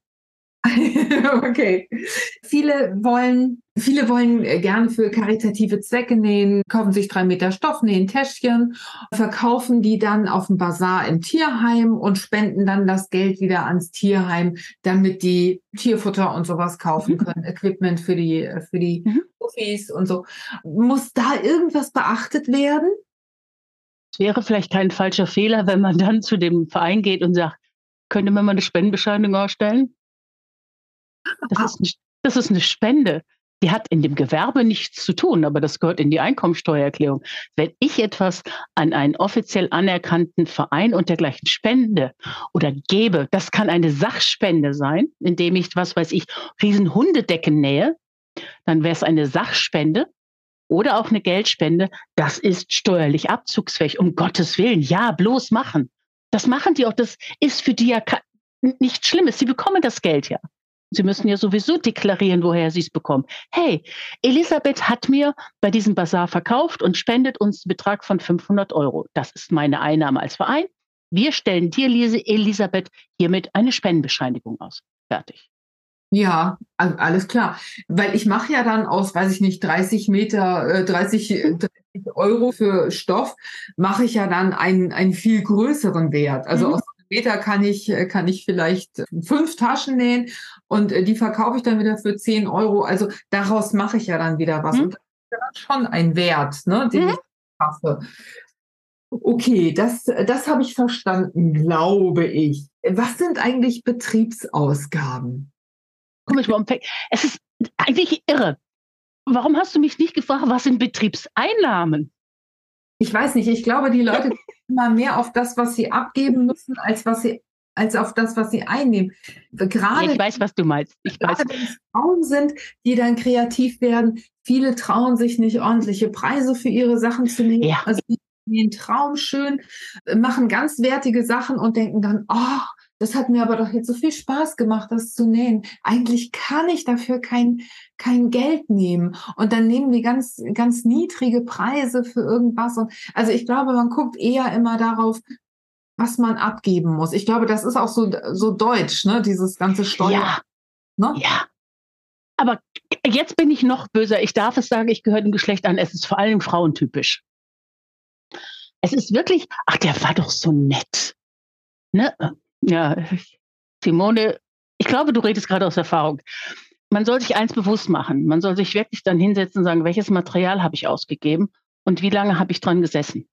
Okay. Viele wollen, viele wollen gerne für karitative Zwecke nähen, kaufen sich drei Meter Stoff, nähen Täschchen, verkaufen die dann auf dem Bazar im Tierheim und spenden dann das Geld wieder ans Tierheim, damit die Tierfutter und sowas kaufen können, Equipment für die, für die Puffis und so. Muss da irgendwas beachtet werden? Es wäre vielleicht kein falscher Fehler, wenn man dann zu dem Verein geht und sagt, könnte man mal eine Spendenbescheinigung ausstellen? Das ist, eine, das ist eine Spende. Die hat in dem Gewerbe nichts zu tun, aber das gehört in die Einkommensteuererklärung. Wenn ich etwas an einen offiziell anerkannten Verein und dergleichen spende oder gebe, das kann eine Sachspende sein, indem ich, was weiß ich, riesen Hundedecken nähe, dann wäre es eine Sachspende. oder auch eine Geldspende, das ist steuerlich abzugsfähig. Um Gottes Willen, ja, bloß machen. Das machen die auch. Das ist für die ja nichts Schlimmes. Sie bekommen das Geld ja. Sie müssen ja sowieso deklarieren, woher sie es bekommen. Hey, Elisabeth hat mir bei diesem Basar verkauft und spendet uns einen Betrag von fünfhundert Euro. Das ist meine Einnahme als Verein. Wir stellen dir, Elisabeth, hiermit eine Spendenbescheinigung aus. Fertig. Ja, also alles klar. Weil ich mache ja dann aus, weiß ich nicht, dreißig Meter, äh, dreißig, dreißig Euro für Stoff, mache ich ja dann einen, einen viel größeren Wert. Also mhm. aus einem Meter kann ich, kann ich vielleicht fünf Taschen nähen und die verkaufe ich dann wieder für zehn Euro. Also daraus mache ich ja dann wieder was. Mhm. Und das ist ja dann schon ein Wert, ne, den mhm. ich schaffe. Okay, das, das habe ich verstanden, glaube ich. Was sind eigentlich Betriebsausgaben? Komm ich mal um. Es ist eigentlich irre. Warum hast du mich nicht gefragt, was sind Betriebseinnahmen? Ich weiß nicht. Ich glaube, die Leute gucken immer mehr auf das, was sie abgeben müssen, als was sie, als auf das, was sie einnehmen. Gerade, ja, ich weiß, was du meinst. Ich gerade weiß. wenn es Frauen sind, die dann kreativ werden, viele trauen sich nicht, ordentliche Preise für ihre Sachen zu nehmen. Ja. Also die den Traum schön, machen ganz wertige Sachen und denken dann, oh, das hat mir aber doch jetzt so viel Spaß gemacht, das zu nähen. Eigentlich kann ich dafür kein, kein Geld nehmen. Und dann nehmen die ganz, ganz niedrige Preise für irgendwas. Und also ich glaube, man guckt eher immer darauf, was man abgeben muss. Ich glaube, das ist auch so, so deutsch, ne? Dieses ganze Steuer. Ja. Ne? Ja. Aber jetzt bin ich noch böser. Ich darf es sagen, ich gehöre dem Geschlecht an. Es ist vor allem frauentypisch. Es ist wirklich, ach, der war doch so nett. Ne? Ja, Simone, ich glaube, du redest gerade aus Erfahrung. Man soll sich eins bewusst machen. Man soll sich wirklich dann hinsetzen und sagen, welches Material habe ich ausgegeben und wie lange habe ich dran gesessen.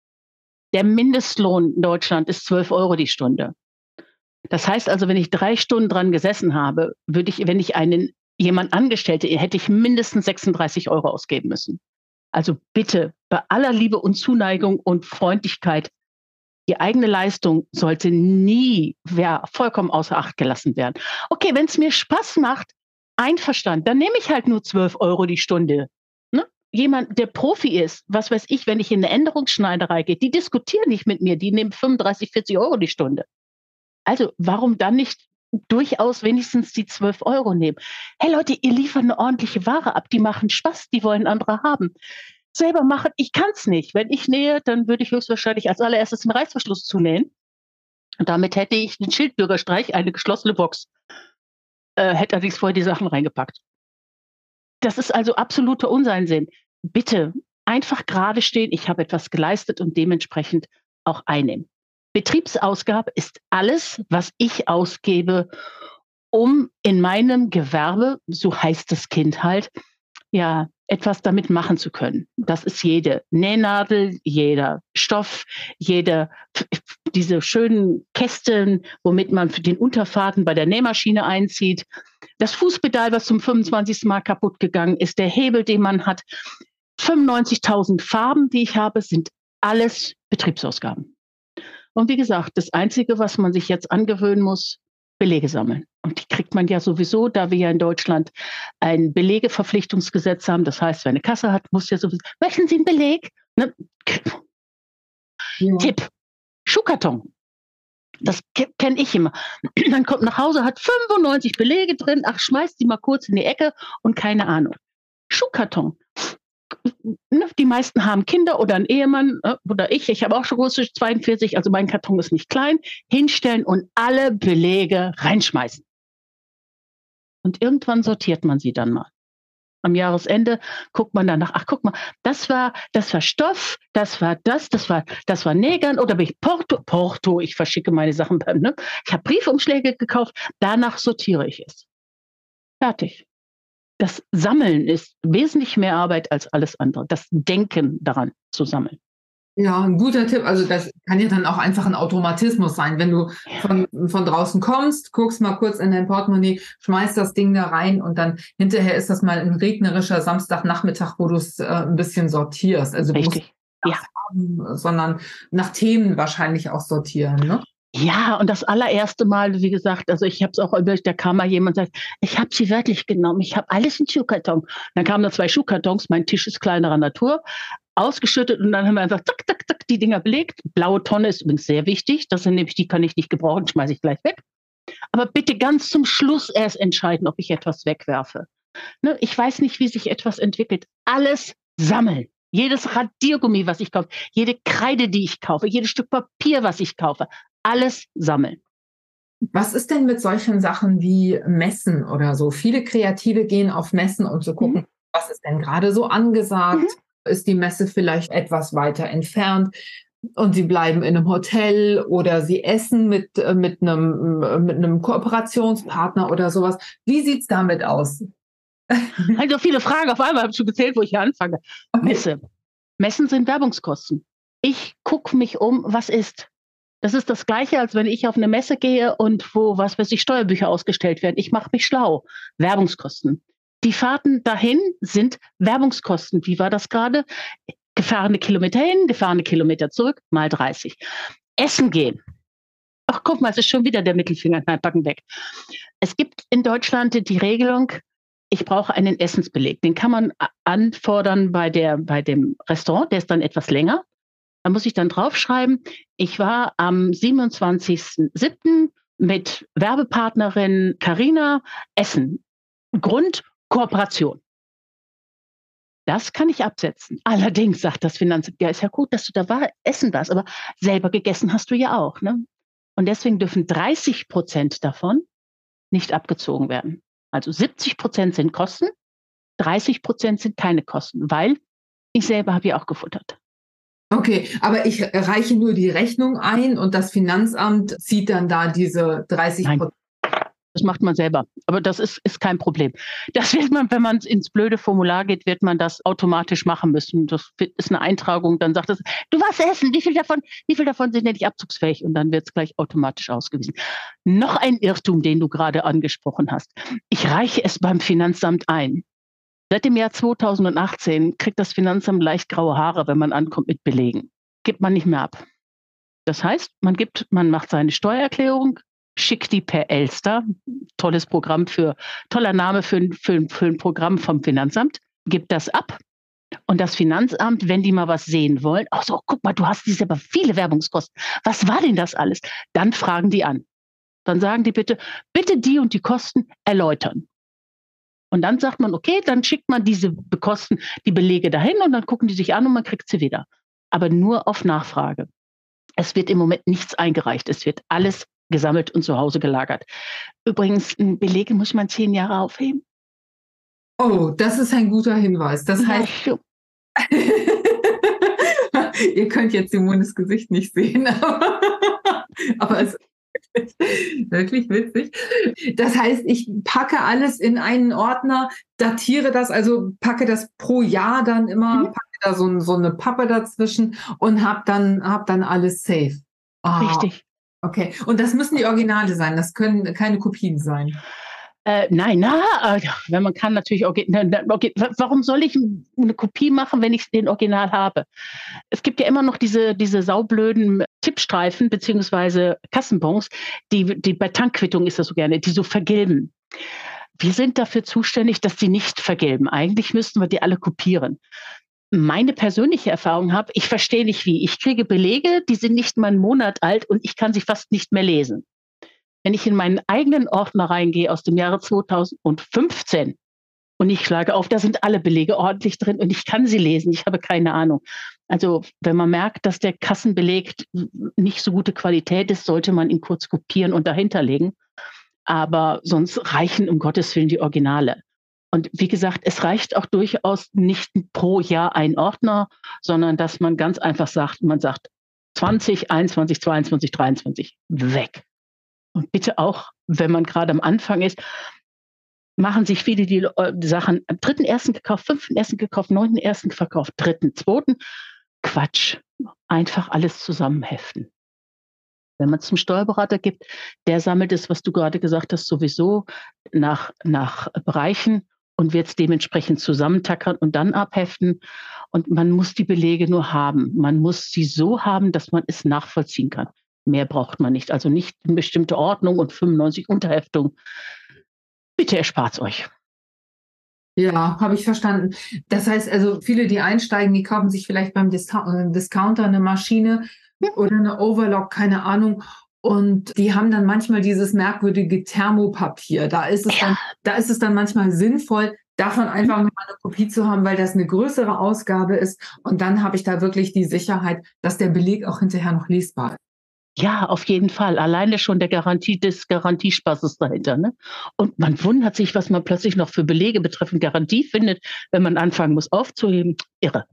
Der Mindestlohn in Deutschland ist zwölf Euro die Stunde. Das heißt also, wenn ich drei Stunden dran gesessen habe, würde ich, wenn ich einen jemand angestellte, hätte ich mindestens sechsunddreißig Euro ausgeben müssen. Also bitte, bei aller Liebe und Zuneigung und Freundlichkeit, die eigene Leistung sollte nie ja, vollkommen außer Acht gelassen werden. Okay, wenn es mir Spaß macht, einverstanden, dann nehme ich halt nur zwölf Euro die Stunde. Ne? Jemand, der Profi ist, was weiß ich, wenn ich in eine Änderungsschneiderei gehe, die diskutieren nicht mit mir, die nehmen fünfunddreißig, vierzig Euro die Stunde. Also warum dann nicht durchaus wenigstens die zwölf Euro nehmen? Hey Leute, ihr liefert eine ordentliche Ware ab, die machen Spaß, die wollen andere haben. Selber machen, ich kann es nicht. Wenn ich nähe, dann würde ich höchstwahrscheinlich als allererstes einen Reißverschluss zunähen. Und damit hätte ich den Schildbürgerstreich, eine geschlossene Box. Äh, hätte allerdings vorher die Sachen reingepackt. Das ist also absoluter Unsinsinn. Bitte einfach gerade stehen, ich habe etwas geleistet und dementsprechend auch einnehmen. Betriebsausgabe ist alles, was ich ausgebe, um in meinem Gewerbe, so heißt das Kind halt, ja, etwas damit machen zu können. Das ist jede Nähnadel, jeder Stoff, jede, diese schönen Kästen, womit man für den Unterfaden bei der Nähmaschine einzieht, das Fußpedal, was zum fünfundzwanzigsten Mal kaputt gegangen ist, der Hebel, den man hat, fünfundneunzigtausend Farben, die ich habe, sind alles Betriebsausgaben. Und wie gesagt, das Einzige, was man sich jetzt angewöhnen muss, Belege sammeln. Und die kriegt man ja sowieso, da wir ja in Deutschland ein Belegeverpflichtungsgesetz haben. Das heißt, wer eine Kasse hat, muss ja sowieso, möchten Sie einen Beleg? Ne? Ja. Tipp, Schuhkarton. Das kenne ich immer. Man kommt nach Hause, hat fünfundneunzig Belege drin, ach, schmeißt die mal kurz in die Ecke und keine Ahnung. Schuhkarton. Die meisten haben Kinder oder einen Ehemann oder ich. Ich habe auch schon große zweiundvierzig, also mein Karton ist nicht klein. Hinstellen und alle Belege reinschmeißen. Und irgendwann sortiert man sie dann mal. Am Jahresende guckt man danach, ach guck mal, das war, das war Stoff, das war das, das war, das war Nägern oder bin ich Porto, Porto, ich verschicke meine Sachen beim, ne? Ich habe Briefumschläge gekauft, danach sortiere ich es. Fertig. Das Sammeln ist wesentlich mehr Arbeit als alles andere. Das Denken daran zu sammeln. Ja, ein guter Tipp. Also das kann ja dann auch einfach ein Automatismus sein. Wenn du von, von draußen kommst, guckst mal kurz in dein Portemonnaie, schmeißt das Ding da rein und dann hinterher ist das mal ein regnerischer Samstagnachmittag, wo du es äh, ein bisschen sortierst. Also du Richtig. musst nicht Ja. haben, sondern nach Themen wahrscheinlich auch sortieren, ne? Ja, und das allererste Mal, wie gesagt, also ich habe es auch überlegt, da kam mal jemand und sagt, ich habe sie wörtlich genommen, ich habe alles in Schuhkarton. Dann kamen da zwei Schuhkartons, mein Tisch ist kleinerer Natur, ausgeschüttet und dann haben wir einfach zack, zack, zack, die Dinger belegt. Blaue Tonne ist übrigens sehr wichtig, das sind nämlich, die kann ich nicht gebrauchen, schmeiße ich gleich weg. Aber bitte ganz zum Schluss erst entscheiden, ob ich etwas wegwerfe. Ne, ich weiß nicht, wie sich etwas entwickelt. Alles sammeln. Jedes Radiergummi, was ich kaufe, jede Kreide, die ich kaufe, jedes Stück Papier, was ich kaufe, alles sammeln. Was ist denn mit solchen Sachen wie Messen oder so? Viele Kreative gehen auf Messen, um zu gucken, mhm. was ist denn gerade so angesagt? Mhm. Ist die Messe vielleicht etwas weiter entfernt? Und sie bleiben in einem Hotel oder sie essen mit, mit, einem, mit einem Kooperationspartner oder sowas. Wie sieht es damit aus? Also viele Fragen auf einmal, habe ich schon gezählt, wo ich hier anfange. Okay. Messe. Messen sind Werbungskosten. Ich gucke mich um, was ist. Das ist das Gleiche, als wenn ich auf eine Messe gehe und wo, was weiß ich, Steuerbücher ausgestellt werden. Ich mache mich schlau. Werbungskosten. Die Fahrten dahin sind Werbungskosten. Wie war das gerade? Gefahrene Kilometer hin, gefahrene Kilometer zurück, mal dreißig. Essen gehen. Ach, guck mal, es ist schon wieder der Mittelfinger, nein, Backen weg. Es gibt in Deutschland die Regelung, ich brauche einen Essensbeleg. Den kann man anfordern bei, der, bei dem Restaurant, der ist dann etwas länger. Da muss ich dann draufschreiben, ich war am siebenundzwanzigsten siebten mit Werbepartnerin Carina essen. Grund, Kooperation. Das kann ich absetzen. Allerdings sagt das Finanzamt, ja, ist ja gut, dass du da war, essen warst, aber selber gegessen hast du ja auch. Ne? Und deswegen dürfen dreißig Prozent davon nicht abgezogen werden. Also siebzig Prozent sind Kosten, dreißig Prozent sind keine Kosten, weil ich selber habe ja auch gefuttert. Okay, aber ich reiche nur die Rechnung ein und das Finanzamt zieht dann da diese dreißig Prozent. Nein, das macht man selber, aber das ist, ist kein Problem. Das wird man, wenn man ins blöde Formular geht, wird man das automatisch machen müssen. Das ist eine Eintragung, dann sagt es, du warst essen, wie viel davon, wie viel davon sind denn nicht abzugsfähig? Und dann wird es gleich automatisch ausgewiesen. Noch ein Irrtum, den du gerade angesprochen hast. Ich reiche es beim Finanzamt ein. Seit dem Jahr zweitausendachtzehn kriegt das Finanzamt leicht graue Haare, wenn man ankommt mit Belegen. Gibt man nicht mehr ab. Das heißt, man gibt, man macht seine Steuererklärung, schickt die per Elster, tolles Programm für, toller Name für, für, für ein Programm vom Finanzamt, gibt das ab. Und das Finanzamt, wenn die mal was sehen wollen, ach so, guck mal, du hast diese aber viele Werbungskosten. Was war denn das alles? Dann fragen die an. Dann sagen die bitte, bitte die und die Kosten erläutern. Und dann sagt man, okay, dann schickt man diese Kosten, die Belege dahin und dann gucken die sich an und man kriegt sie wieder. Aber nur auf Nachfrage. Es wird im Moment nichts eingereicht. Es wird alles gesammelt und zu Hause gelagert. Übrigens, Belege muss man zehn Jahre aufheben. Oh, das ist ein guter Hinweis. Das heißt, ja, ihr könnt jetzt Simones Gesicht nicht sehen, aber, aber es wirklich witzig. Das heißt, ich packe alles in einen Ordner, datiere das, also packe das pro Jahr dann immer, mhm. packe da so, so eine Pappe dazwischen und habe dann, hab dann alles safe. Oh, richtig. Okay, und das müssen die Originale sein, das können keine Kopien sein. Äh, nein, na, äh, wenn man kann natürlich, okay, okay, warum soll ich eine Kopie machen, wenn ich den Original habe? Es gibt ja immer noch diese, diese saublöden Tippstreifen beziehungsweise Kassenbons, die, die bei Tankquittungen ist das so gerne, die so vergilben. Wir sind dafür zuständig, dass die nicht vergilben. Eigentlich müssten wir die alle kopieren. Meine persönliche Erfahrung habe, ich verstehe nicht wie. Ich kriege Belege, die sind nicht mal einen Monat alt und ich kann sie fast nicht mehr lesen. Wenn ich in meinen eigenen Ordner reingehe aus dem Jahre zweitausendfünfzehn und ich schlage auf, da sind alle Belege ordentlich drin und ich kann sie lesen, ich habe keine Ahnung. Also wenn man merkt, dass der Kassenbeleg nicht so gute Qualität ist, sollte man ihn kurz kopieren und dahinterlegen. Aber sonst reichen um Gottes Willen die Originale. Und wie gesagt, es reicht auch durchaus nicht pro Jahr ein Ordner, sondern dass man ganz einfach sagt, man sagt zwanzig, einundzwanzig, zweiundzwanzig, dreiundzwanzig, weg. Und bitte auch, wenn man gerade am Anfang ist, machen sich viele die Sachen am dritten ersten gekauft, fünften ersten gekauft, neunten ersten verkauft, dritten, zweiten. Quatsch. Einfach alles zusammenheften. Wenn man es zum Steuerberater gibt, der sammelt es, was du gerade gesagt hast, sowieso nach, nach Bereichen und wird es dementsprechend zusammentackern und dann abheften. Und man muss die Belege nur haben. Man muss sie so haben, dass man es nachvollziehen kann. Mehr braucht man nicht. Also nicht eine bestimmte Ordnung und fünfundneunzig Unterheftungen. Bitte erspart es euch. Ja, habe ich verstanden. Das heißt also, viele, die einsteigen, die kaufen sich vielleicht beim Discount- Discounter eine Maschine oder eine Overlock, keine Ahnung. Und die haben dann manchmal dieses merkwürdige Thermopapier. Da ist es dann, da ist es dann manchmal sinnvoll, davon einfach nochmal eine Kopie zu haben, weil das eine größere Ausgabe ist. Und dann habe ich da wirklich die Sicherheit, dass der Beleg auch hinterher noch lesbar ist. Ja, auf jeden Fall. Alleine schon der Garantie des Garantiespaßes dahinter. Ne? Und man wundert sich, was man plötzlich noch für Belege betreffend Garantie findet, wenn man anfangen muss aufzuheben. Irre.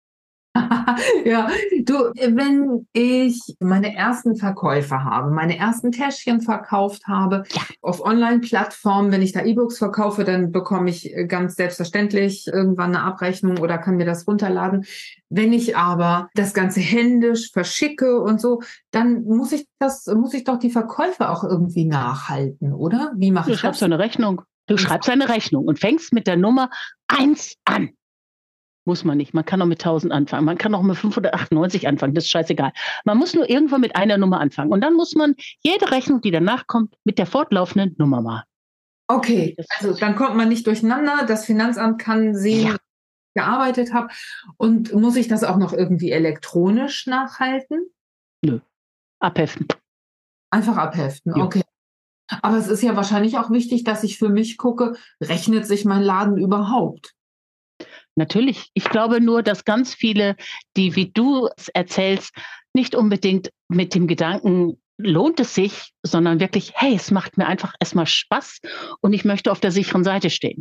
Ja, du, wenn ich meine ersten Verkäufe habe, meine ersten Täschchen verkauft habe, Ja. auf Online-Plattformen, wenn ich da E-Books verkaufe, dann bekomme ich ganz selbstverständlich irgendwann eine Abrechnung oder kann mir das runterladen. Wenn ich aber das Ganze händisch verschicke und so, dann muss ich das, muss ich doch die Verkäufe auch irgendwie nachhalten, oder? Wie mache Du ich schreibst das? eine Rechnung. Du schreibst eine Rechnung und fängst mit der Nummer eins an. Muss man nicht. Man kann auch mit tausend anfangen. Man kann auch mit fünfhundertachtundneunzig anfangen. Das ist scheißegal. Man muss nur irgendwann mit einer Nummer anfangen. Und dann muss man jede Rechnung, die danach kommt, mit der fortlaufenden Nummer machen. Okay, also dann kommt man nicht durcheinander. Das Finanzamt kann sehen, Ja. wie ich gearbeitet habe. Und muss ich das auch noch irgendwie elektronisch nachhalten? Nö. Abheften. Einfach abheften, Ja. okay. Aber es ist ja wahrscheinlich auch wichtig, dass ich für mich gucke, rechnet sich mein Laden überhaupt? Natürlich. Ich glaube nur, dass ganz viele, die, wie du es erzählst, nicht unbedingt mit dem Gedanken, lohnt es sich, sondern wirklich, hey, es macht mir einfach erstmal Spaß und ich möchte auf der sicheren Seite stehen.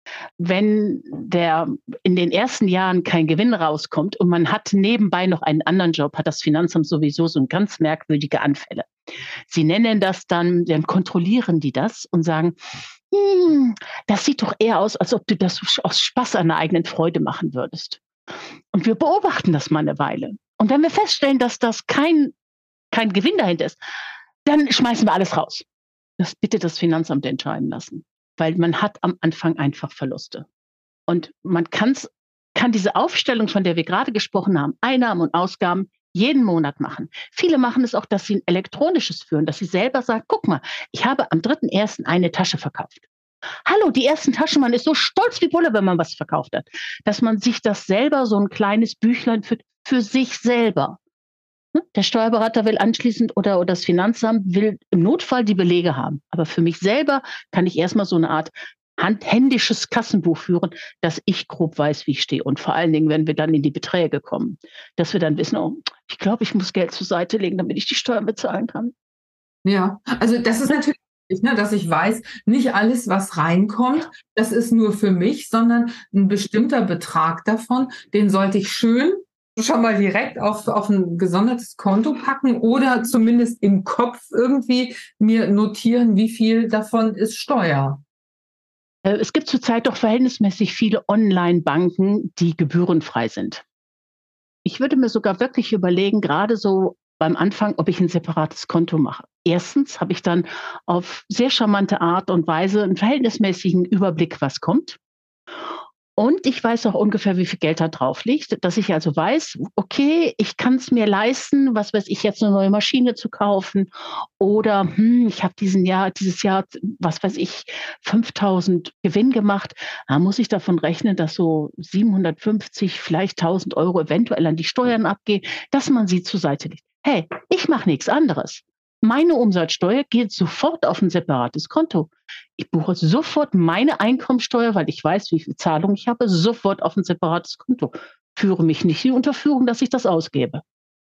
Wenn der in den ersten Jahren kein Gewinn rauskommt und man hat nebenbei noch einen anderen Job, hat das Finanzamt sowieso so ganz merkwürdige Anfälle. Sie nennen das dann, dann kontrollieren die das und sagen, hm, das sieht doch eher aus, als ob du das aus Spaß an der eigenen Freude machen würdest. Und wir beobachten das mal eine Weile. Und wenn wir feststellen, dass das kein, kein Gewinn dahinter ist, dann schmeißen wir alles raus. Das bitte das Finanzamt entscheiden lassen. Weil man hat am Anfang einfach Verluste. Und man kann's, kann diese Aufstellung, von der wir gerade gesprochen haben, Einnahmen und Ausgaben, jeden Monat machen. Viele machen es auch, dass sie ein elektronisches führen, dass sie selber sagen, guck mal, ich habe am dritten ersten eine Tasche verkauft. Hallo, die ersten Taschen, man ist so stolz wie Bulle, wenn man was verkauft hat, dass man sich das selber, so ein kleines Büchlein führt, für sich selber. Der Steuerberater will anschließend oder, oder das Finanzamt will im Notfall die Belege haben. Aber für mich selber kann ich erstmal so eine Art hand, händisches Kassenbuch führen, dass ich grob weiß, wie ich stehe. Und vor allen Dingen, wenn wir dann in die Beträge kommen, dass wir dann wissen, oh, ich glaube, ich muss Geld zur Seite legen, damit ich die Steuern bezahlen kann. Ja, also das ist natürlich wichtig, ne, dass ich weiß, nicht alles, was reinkommt, das ist nur für mich, sondern ein bestimmter Betrag davon, den sollte ich schön schon mal direkt auf, auf ein gesondertes Konto packen oder zumindest im Kopf irgendwie mir notieren, wie viel davon ist Steuer. Es gibt zurzeit doch verhältnismäßig viele Online-Banken, die gebührenfrei sind. Ich würde mir sogar wirklich überlegen, gerade so beim Anfang, ob ich ein separates Konto mache. Erstens habe ich dann auf sehr charmante Art und Weise einen verhältnismäßigen Überblick, was kommt. Und ich weiß auch ungefähr, wie viel Geld da drauf liegt, dass ich also weiß, okay, ich kann es mir leisten, was weiß ich, jetzt eine neue Maschine zu kaufen oder hm, ich habe diesen Jahr, dieses Jahr, was weiß ich, fünftausend Gewinn gemacht. Da muss ich davon rechnen, dass so siebenhundertfünfzig, vielleicht tausend Euro eventuell an die Steuern abgehen, dass man sie zur Seite legt. Hey, ich mache nichts anderes. Meine Umsatzsteuer geht sofort auf ein separates Konto. Ich buche sofort meine Einkommensteuer, weil ich weiß, wie viel Zahlung ich habe, sofort auf ein separates Konto. Führe mich nicht in die Unterführung, dass ich das ausgebe.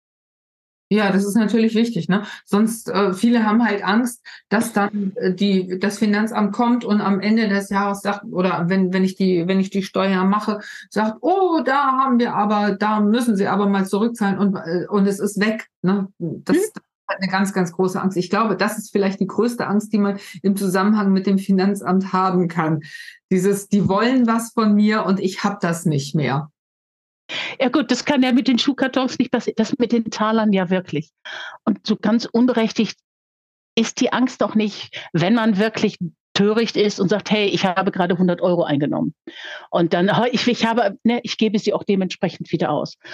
Ja, das ist natürlich wichtig, ne? Sonst, äh, viele haben halt Angst, dass dann äh, die, das Finanzamt kommt und am Ende des Jahres sagt, oder wenn, wenn ich die, wenn ich die Steuer mache, sagt, oh, da haben wir aber, da müssen Sie aber mal zurückzahlen und, äh, und es ist weg, ne? Das, Hm? eine ganz, ganz große Angst. Ich glaube, das ist vielleicht die größte Angst, die man im Zusammenhang mit dem Finanzamt haben kann. Dieses, die wollen was von mir und ich habe das nicht mehr. Ja gut, das kann ja mit den Schuhkartons nicht passieren, das mit den Talern ja wirklich. Und so ganz unberechtigt ist die Angst doch nicht, wenn man wirklich töricht ist und sagt, hey, ich habe gerade hundert Euro eingenommen. Und dann, ich, ich habe, ne, ich gebe sie auch dementsprechend wieder aus.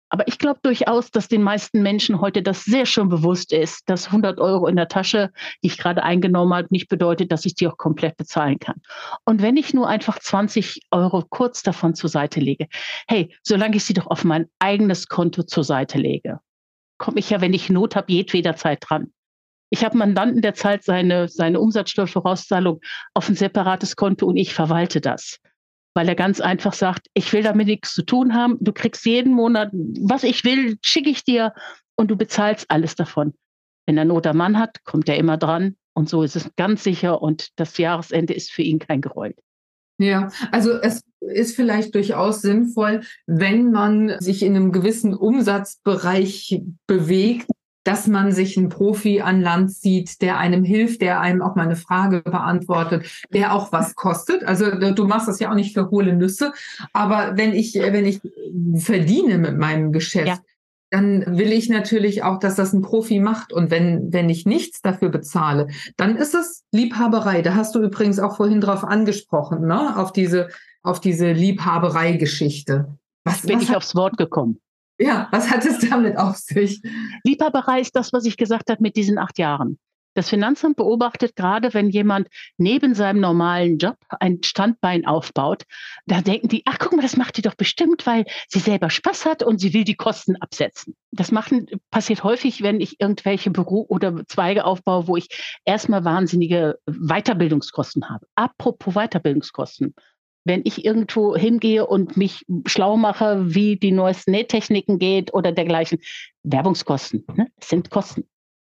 Aber ich glaube durchaus, dass den meisten Menschen heute das sehr schon bewusst ist, dass hundert Euro in der Tasche, die ich gerade eingenommen habe, nicht bedeutet, dass ich die auch komplett bezahlen kann. Und wenn ich nur einfach zwanzig Euro kurz davon zur Seite lege, hey, solange ich sie doch auf mein eigenes Konto zur Seite lege, komme ich ja, wenn ich Not habe, jedweder Zeit dran. Ich habe Mandanten, der zahlt seine, seine Umsatzsteuervorauszahlung auf ein separates Konto und ich verwalte das. Weil er ganz einfach sagt, ich will damit nichts zu tun haben. Du kriegst jeden Monat, was ich will, schicke ich dir und du bezahlst alles davon. Wenn er Not am Mann hat, kommt er immer dran und so ist es ganz sicher und das Jahresende ist für ihn kein Gräuel. Ja, also es ist vielleicht durchaus sinnvoll, wenn man sich in einem gewissen Umsatzbereich bewegt, dass man sich einen Profi an Land zieht, der einem hilft, der einem auch mal eine Frage beantwortet, der auch was kostet. Also du machst das ja auch nicht für hohle Nüsse, aber wenn ich, wenn ich verdiene mit meinem Geschäft, ja, dann will ich natürlich auch, dass das ein Profi macht. Und wenn, wenn ich nichts dafür bezahle, dann ist es Liebhaberei. Da hast du übrigens auch vorhin drauf angesprochen, ne? Auf diese, auf diese Liebhaberei-Geschichte. Was, bin was ich hat, aufs Wort gekommen. Ja, was hat es damit auf sich? Liebhaberei ist das, was ich gesagt habe mit diesen acht Jahren. Das Finanzamt beobachtet gerade, wenn jemand neben seinem normalen Job ein Standbein aufbaut, da denken die, ach guck mal, das macht die doch bestimmt, weil sie selber Spaß hat und sie will die Kosten absetzen. Das machen, passiert häufig, wenn ich irgendwelche Büro- oder Zweige aufbaue, wo ich erstmal wahnsinnige Weiterbildungskosten habe. Apropos Weiterbildungskosten. Wenn ich irgendwo hingehe und mich schlau mache, wie die neuesten Nähtechniken geht oder dergleichen, Werbungskosten, ne? Das sind Kosten.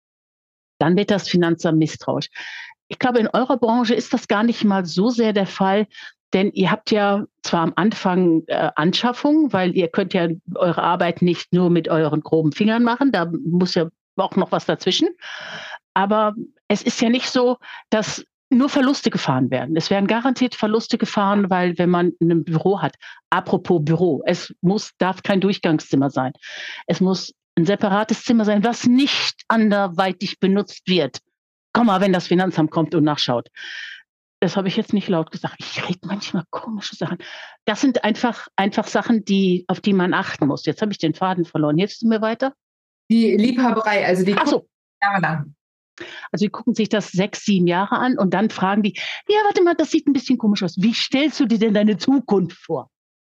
Dann wird das Finanzamt misstrauisch. Ich glaube, in eurer Branche ist das gar nicht mal so sehr der Fall, denn ihr habt ja zwar am Anfang äh, Anschaffung, weil ihr könnt ja eure Arbeit nicht nur mit euren groben Fingern machen, da muss ja auch noch was dazwischen. Aber es ist ja nicht so, dass nur Verluste gefahren werden. Es werden garantiert Verluste gefahren, weil wenn man ein Büro hat, apropos Büro, es muss, darf kein Durchgangszimmer sein. Es muss ein separates Zimmer sein, was nicht anderweitig benutzt wird. Komm mal, wenn das Finanzamt kommt und nachschaut. Das habe ich jetzt nicht laut gesagt. Ich rede manchmal komische Sachen. Das sind einfach, einfach Sachen, die, auf die man achten muss. Jetzt habe ich den Faden verloren. Hilfst du mir weiter? Die Liebhaberei, also die Ach so. Jahre lang. Also die gucken sich das sechs, sieben Jahre an und dann fragen die, ja, warte mal, das sieht ein bisschen komisch aus. Wie stellst du dir denn deine Zukunft vor?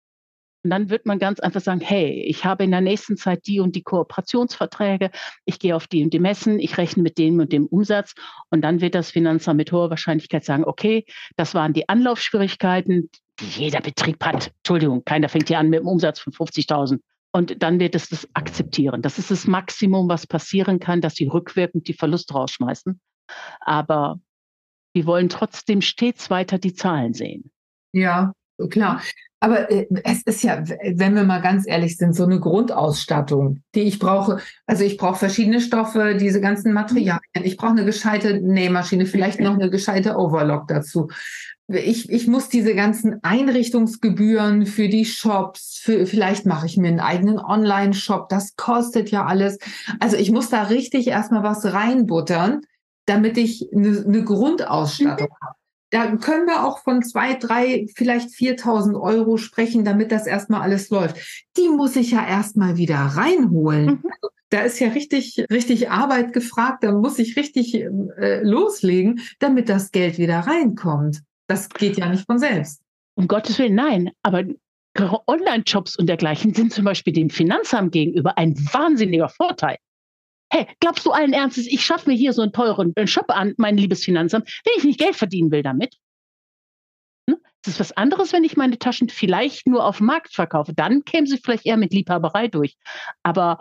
Und dann wird man ganz einfach sagen, hey, ich habe in der nächsten Zeit die und die Kooperationsverträge, ich gehe auf die und die Messen, ich rechne mit dem und dem Umsatz und dann wird das Finanzamt mit hoher Wahrscheinlichkeit sagen, okay, das waren die Anlaufschwierigkeiten, die jeder Betrieb hat. Entschuldigung, keiner fängt hier an mit einem Umsatz von fünfzigtausend. Und dann wird es das akzeptieren. Das ist das Maximum, was passieren kann, dass sie rückwirkend die Verluste rausschmeißen. Aber die wollen trotzdem stets weiter die Zahlen sehen. Ja, klar. Aber äh, es ist ja, wenn wir mal ganz ehrlich sind, so eine Grundausstattung, die ich brauche. Also ich brauche verschiedene Stoffe, diese ganzen Materialien. Ich brauche eine gescheite Nähmaschine, vielleicht noch eine gescheite Overlock dazu. Ich, ich muss diese ganzen Einrichtungsgebühren für die Shops, für, vielleicht mache ich mir einen eigenen Online-Shop, das kostet ja alles. Also ich muss da richtig erstmal was reinbuttern, damit ich eine, eine Grundausstattung mhm. habe. Da können wir auch von zwei, drei, vielleicht viertausend Euro sprechen, damit das erstmal alles läuft. Die muss ich ja erstmal wieder reinholen. Mhm. Also, da ist ja richtig, richtig Arbeit gefragt. Da muss ich richtig äh, loslegen, damit das Geld wieder reinkommt. Das geht ja nicht von selbst. Um Gottes Willen, nein. Aber Online-Shops und dergleichen sind zum Beispiel dem Finanzamt gegenüber ein wahnsinniger Vorteil. Hey, glaubst du allen Ernstes, ich schaffe mir hier so einen teuren Shop an, mein liebes Finanzamt, wenn ich nicht Geld verdienen will damit? Hm? Das ist was anderes, wenn ich meine Taschen vielleicht nur auf dem Markt verkaufe. Dann kämen sie vielleicht eher mit Liebhaberei durch. Aber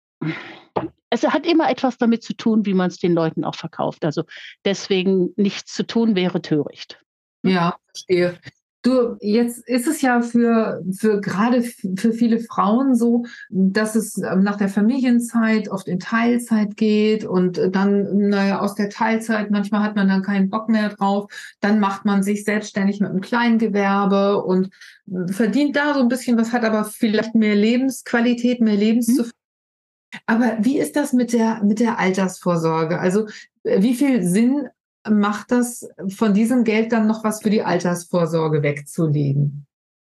es hat immer etwas damit zu tun, wie man es den Leuten auch verkauft. Also deswegen nichts zu tun wäre töricht. Ja, verstehe. Du, jetzt ist es ja für, für gerade für viele Frauen so, dass es nach der Familienzeit oft in Teilzeit geht und dann, naja, aus der Teilzeit, manchmal hat man dann keinen Bock mehr drauf, dann macht man sich selbstständig mit einem Kleingewerbe und verdient da so ein bisschen was, hat aber vielleicht mehr Lebensqualität, mehr Lebenszufriedenheit. Mhm. Aber wie ist das mit der, mit der Altersvorsorge? Also wie viel Sinn macht das, von diesem Geld dann noch was für die Altersvorsorge wegzulegen?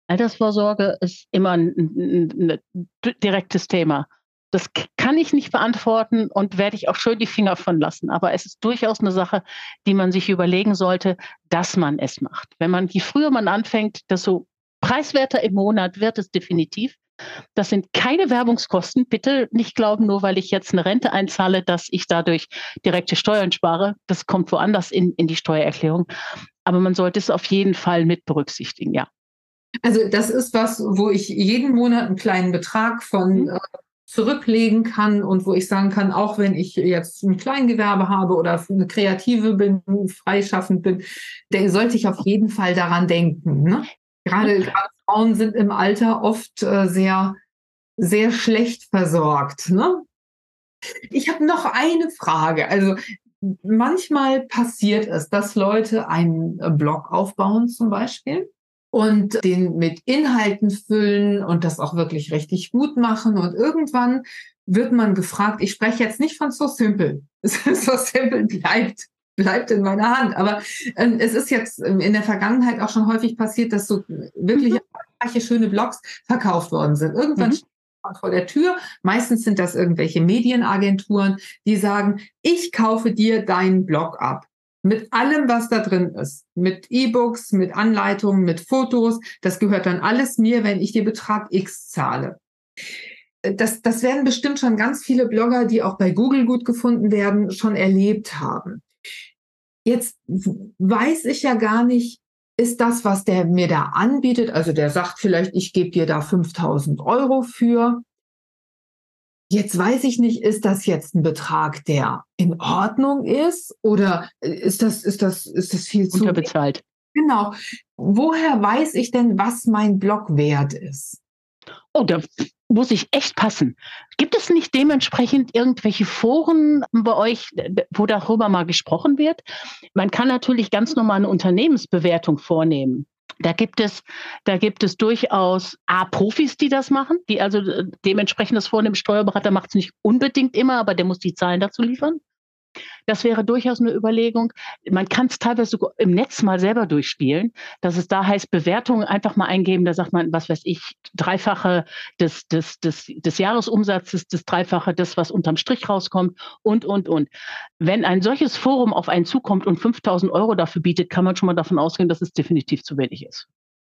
Altersvorsorge ist immer ein, ein, ein direktes Thema. Das kann ich nicht beantworten und werde ich auch schön die Finger von lassen. Aber es ist durchaus eine Sache, die man sich überlegen sollte, dass man es macht. Wenn man, je früher man anfängt, desto preiswerter im Monat wird es definitiv. Das sind keine Werbungskosten. Bitte nicht glauben, nur weil ich jetzt eine Rente einzahle, dass ich dadurch direkte Steuern spare. Das kommt woanders in, in die Steuererklärung. Aber man sollte es auf jeden Fall mit berücksichtigen, ja. Also das ist was, wo ich jeden Monat einen kleinen Betrag von mhm. äh, zurücklegen kann und wo ich sagen kann, auch wenn ich jetzt ein Kleingewerbe habe oder eine Kreative bin, freischaffend bin, da sollte ich auf jeden Fall daran denken. Ne? Gerade, gerade Frauen sind im Alter oft äh, sehr, sehr schlecht versorgt. Ne? Ich habe noch eine Frage. Also manchmal passiert es, dass Leute einen Blog aufbauen zum Beispiel und den mit Inhalten füllen und das auch wirklich richtig gut machen. Und irgendwann wird man gefragt, ich spreche jetzt nicht von So Simple. So Simple bleibt, bleibt in meiner Hand. Aber ähm, es ist jetzt in der Vergangenheit auch schon häufig passiert, dass so wirklich mhm. schöne Blogs verkauft worden sind. Irgendwann mhm. steht man vor der Tür. Meistens sind das irgendwelche Medienagenturen, die sagen, ich kaufe dir deinen Blog ab. Mit allem, was da drin ist. Mit E-Books, mit Anleitungen, mit Fotos. Das gehört dann alles mir, wenn ich dir Betrag X zahle. Das, das werden bestimmt schon ganz viele Blogger, die auch bei Google gut gefunden werden, schon erlebt haben. Jetzt weiß ich ja gar nicht, ist das, was der mir da anbietet, also der sagt vielleicht, ich gebe dir da fünftausend Euro für. Jetzt weiß ich nicht, ist das jetzt ein Betrag, der in Ordnung ist oder ist das, ist das, ist das viel zu unterbezahlt? Genau. Woher weiß ich denn, was mein Blog wert ist? Oh, da muss ich echt passen. Gibt es nicht dementsprechend irgendwelche Foren bei euch, wo darüber mal gesprochen wird? Man kann natürlich ganz normal eine Unternehmensbewertung vornehmen. Da gibt es, da gibt es durchaus A, Profis, die das machen, die also dementsprechend das vornehmen. Steuerberater macht es nicht unbedingt immer, aber der muss die Zahlen dazu liefern. Das wäre durchaus eine Überlegung. Man kann es teilweise sogar im Netz mal selber durchspielen, dass es da heißt, Bewertungen einfach mal eingeben, da sagt man, was weiß ich, Dreifache des, des, des, des Jahresumsatzes, das Dreifache des, was unterm Strich rauskommt und, und, und. Wenn ein solches Forum auf einen zukommt und fünftausend Euro dafür bietet, kann man schon mal davon ausgehen, dass es definitiv zu wenig ist.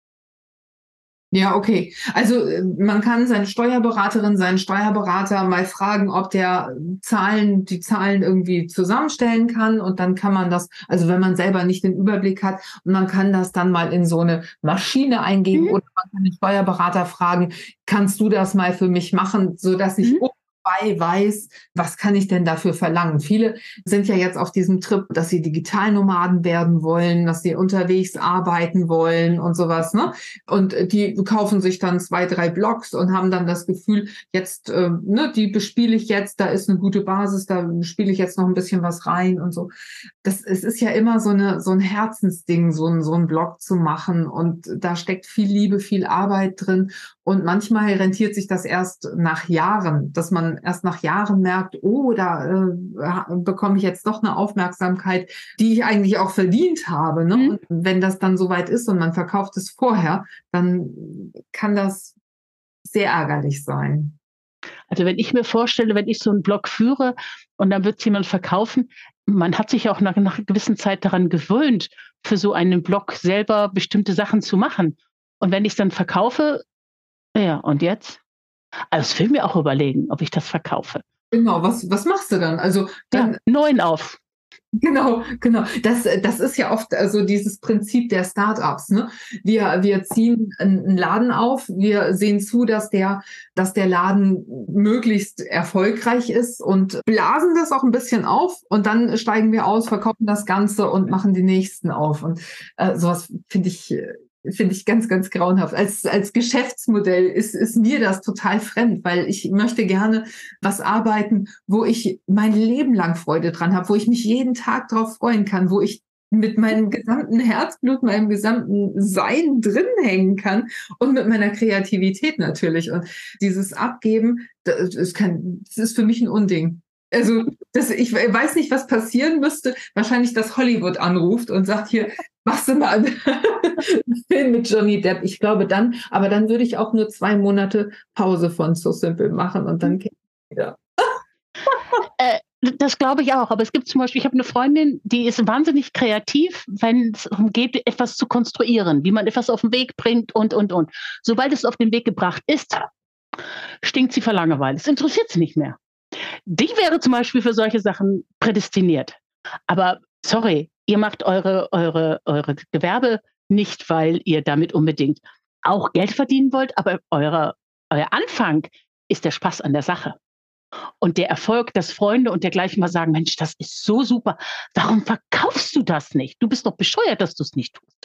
Ja, okay. Also man kann seine Steuerberaterin, seinen Steuerberater mal fragen, ob der Zahlen, die Zahlen irgendwie zusammenstellen kann und dann kann man das, also wenn man selber nicht den Überblick hat, und man kann das dann mal in so eine Maschine eingeben mhm. oder man kann den Steuerberater fragen, kannst du das mal für mich machen, sodass ich mhm. weiß, was kann ich denn dafür verlangen? Viele sind ja jetzt auf diesem Trip, dass sie Digitalnomaden werden wollen, dass sie unterwegs arbeiten wollen und sowas, ne? Und die kaufen sich dann zwei, drei Blogs und haben dann das Gefühl, jetzt, äh, ne, die bespiele ich jetzt, da ist eine gute Basis, da spiele ich jetzt noch ein bisschen was rein und so. Das, es ist ja immer so eine, so ein Herzensding, so ein, so ein Blog zu machen und da steckt viel Liebe, viel Arbeit drin und manchmal rentiert sich das erst nach Jahren, dass man erst nach Jahren merkt, oh, da äh, bekomme ich jetzt doch eine Aufmerksamkeit, die ich eigentlich auch verdient habe. Ne? Mhm. Und wenn das dann soweit ist und man verkauft es vorher, dann kann das sehr ärgerlich sein. Also wenn ich mir vorstelle, wenn ich so einen Blog führe und dann wird es jemand verkaufen, man hat sich auch nach, nach einer gewissen Zeit daran gewöhnt, für so einen Blog selber bestimmte Sachen zu machen. Und wenn ich es dann verkaufe, ja, und jetzt? Also das will ich mir auch überlegen, ob ich das verkaufe. Genau, was, was machst du dann? Also dann ja, neuen auf. Genau, genau. Das, das ist ja oft also dieses Prinzip der Startups. Ne? Wir, wir ziehen einen Laden auf, wir sehen zu, dass der, dass der Laden möglichst erfolgreich ist und blasen das auch ein bisschen auf und dann steigen wir aus, verkaufen das Ganze und machen die nächsten auf. Und äh, sowas finde ich Finde ich ganz, ganz grauenhaft. Als, als Geschäftsmodell ist, ist mir das total fremd, weil ich möchte gerne was arbeiten, wo ich mein Leben lang Freude dran habe, wo ich mich jeden Tag drauf freuen kann, wo ich mit meinem gesamten Herzblut, meinem gesamten Sein drin hängen kann und mit meiner Kreativität natürlich. Und dieses Abgeben, das ist, kein, das ist für mich ein Unding. Also das, ich weiß nicht, was passieren müsste. Wahrscheinlich, dass Hollywood anruft und sagt, hier, machst du mal einen Film mit Johnny Depp. Ich glaube dann, aber dann würde ich auch nur zwei Monate Pause von So Simple machen und dann käme ich wieder. Äh, das glaube ich auch. Aber es gibt zum Beispiel, ich habe eine Freundin, die ist wahnsinnig kreativ, wenn es darum geht, etwas zu konstruieren, wie man etwas auf den Weg bringt und, und, und. Sobald es auf den Weg gebracht ist, stinkt sie vor Langeweile. Es interessiert sie nicht mehr. Die wäre zum Beispiel für solche Sachen prädestiniert. Aber sorry, ihr macht eure, eure, eure Gewerbe nicht, weil ihr damit unbedingt auch Geld verdienen wollt, aber eure, euer Anfang ist der Spaß an der Sache. Und der Erfolg, dass Freunde und dergleichen mal sagen, Mensch, das ist so super, warum verkaufst du das nicht? Du bist doch bescheuert, dass du es nicht tust.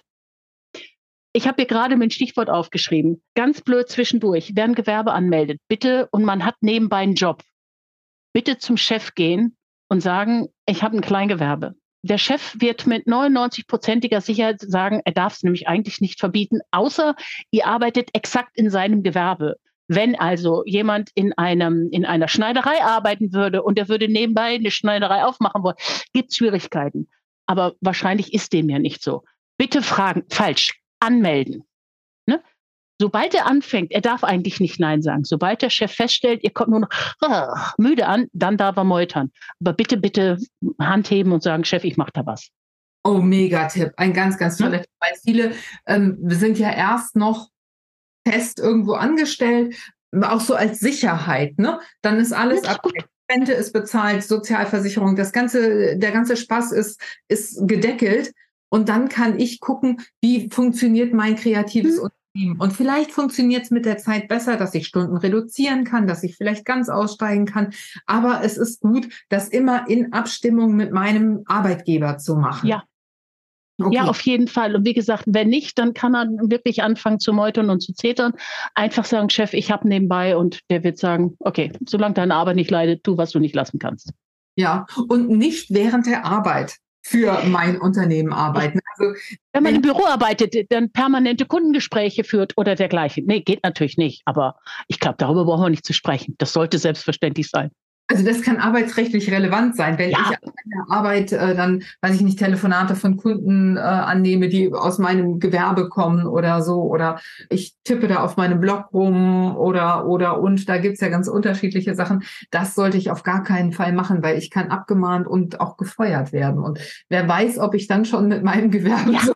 Ich habe hier gerade mein Stichwort aufgeschrieben, ganz blöd zwischendurch, wer ein Gewerbe anmeldet, bitte, und man hat nebenbei einen Job, bitte zum Chef gehen und sagen, ich habe ein Kleingewerbe. Der Chef wird mit neunundneunzig-prozentiger Sicherheit sagen, er darf es nämlich eigentlich nicht verbieten, außer ihr arbeitet exakt in seinem Gewerbe. Wenn also jemand in einem in einer Schneiderei arbeiten würde und er würde nebenbei eine Schneiderei aufmachen wollen, gibt es Schwierigkeiten. Aber wahrscheinlich ist dem ja nicht so. Bitte fragen, falsch, anmelden. Ne? Sobald er anfängt, er darf eigentlich nicht Nein sagen. Sobald der Chef feststellt, ihr kommt nur noch ah, müde an, dann darf er meutern. Aber bitte, bitte Hand heben und sagen, Chef, ich mache da was. Oh, Mega-Tipp. Ein ganz, ganz toller Tipp. Weil viele ähm, sind ja erst noch fest irgendwo angestellt, auch so als Sicherheit, ne? Dann ist alles ab. Rente ist bezahlt, Sozialversicherung, das ganze, der ganze Spaß ist, ist gedeckelt. Und dann kann ich gucken, wie funktioniert mein kreatives hm. Unternehmen. Und vielleicht funktioniert es mit der Zeit besser, dass ich Stunden reduzieren kann, dass ich vielleicht ganz aussteigen kann. Aber es ist gut, das immer in Abstimmung mit meinem Arbeitgeber zu machen. Ja. Okay. Ja, auf jeden Fall. Und wie gesagt, wenn nicht, dann kann er wirklich anfangen zu meutern und zu zetern. Einfach sagen, Chef, ich habe nebenbei, und der wird sagen, okay, solange deine Arbeit nicht leidet, tu, was du nicht lassen kannst. Ja, und nicht während der Arbeit für mein Unternehmen arbeiten. Also, wenn man im Büro arbeitet, dann permanente Kundengespräche führt oder dergleichen. Nee, geht natürlich nicht. Aber ich glaube, darüber brauchen wir nicht zu sprechen. Das sollte selbstverständlich sein. Also das kann arbeitsrechtlich relevant sein, wenn ja. ich an der Arbeit äh, dann, weiß ich nicht, Telefonate von Kunden äh, annehme, die aus meinem Gewerbe kommen oder so, oder ich tippe da auf meinem Blog rum oder oder und da gibt's ja ganz unterschiedliche Sachen. Das sollte ich auf gar keinen Fall machen, weil ich kann abgemahnt und auch gefeuert werden. Und wer weiß, ob ich dann schon mit meinem Gewerbe, ja. so,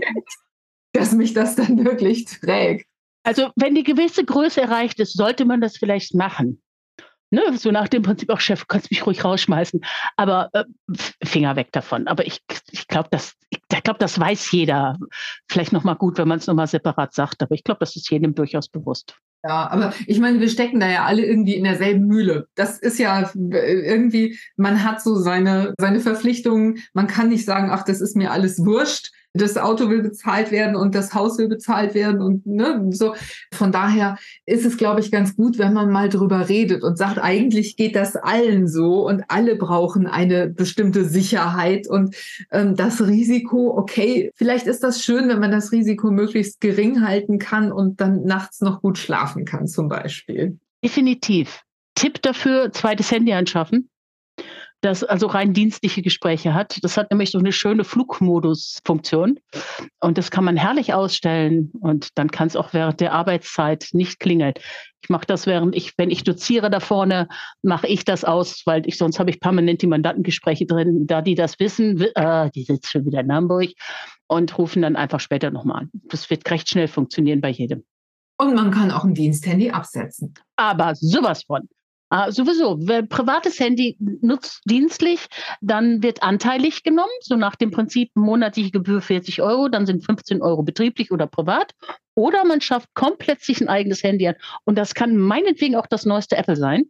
dass mich das dann wirklich trägt. Also wenn die gewisse Größe erreicht ist, sollte man das vielleicht machen. Ne, so nach dem Prinzip, auch Chef, du kannst mich ruhig rausschmeißen, aber äh, Finger weg davon. Aber ich, ich glaube, das, ich glaube, das weiß jeder. Vielleicht nochmal gut, wenn man es nochmal separat sagt, aber ich glaube, das ist jedem durchaus bewusst. Ja, aber ich meine, wir stecken da ja alle irgendwie in derselben Mühle. Das ist ja irgendwie, man hat so seine, seine Verpflichtungen. Man kann nicht sagen, ach, das ist mir alles wurscht. Das Auto will bezahlt werden und das Haus will bezahlt werden und ne, so. Von daher ist es, glaube ich, ganz gut, wenn man mal drüber redet und sagt, eigentlich geht das allen so und alle brauchen eine bestimmte Sicherheit und ähm, das Risiko, okay, vielleicht ist das schön, wenn man das Risiko möglichst gering halten kann und dann nachts noch gut schlafen kann, zum Beispiel. Definitiv. Tipp dafür, zweites Handy anschaffen, das also rein dienstliche Gespräche hat. Das hat nämlich so eine schöne Flugmodus-Funktion und das kann man herrlich ausstellen und dann kann es auch während der Arbeitszeit nicht klingeln. Ich mache das, während ich, wenn ich doziere da vorne, mache ich das aus, weil ich sonst habe ich permanent die Mandantengespräche drin. Da die das wissen, äh, die sitzt schon wieder in Hamburg und rufen dann einfach später nochmal an. Das wird recht schnell funktionieren bei jedem. Und man kann auch ein Diensthandy absetzen. Aber sowas von. Uh, sowieso, wer privates Handy nutzt dienstlich, dann wird anteilig genommen, so nach dem Prinzip monatliche Gebühr vierzig Euro, dann sind fünfzehn Euro betrieblich oder privat. Oder man schafft komplett sich ein eigenes Handy an. Und das kann meinetwegen auch das neueste Apple sein,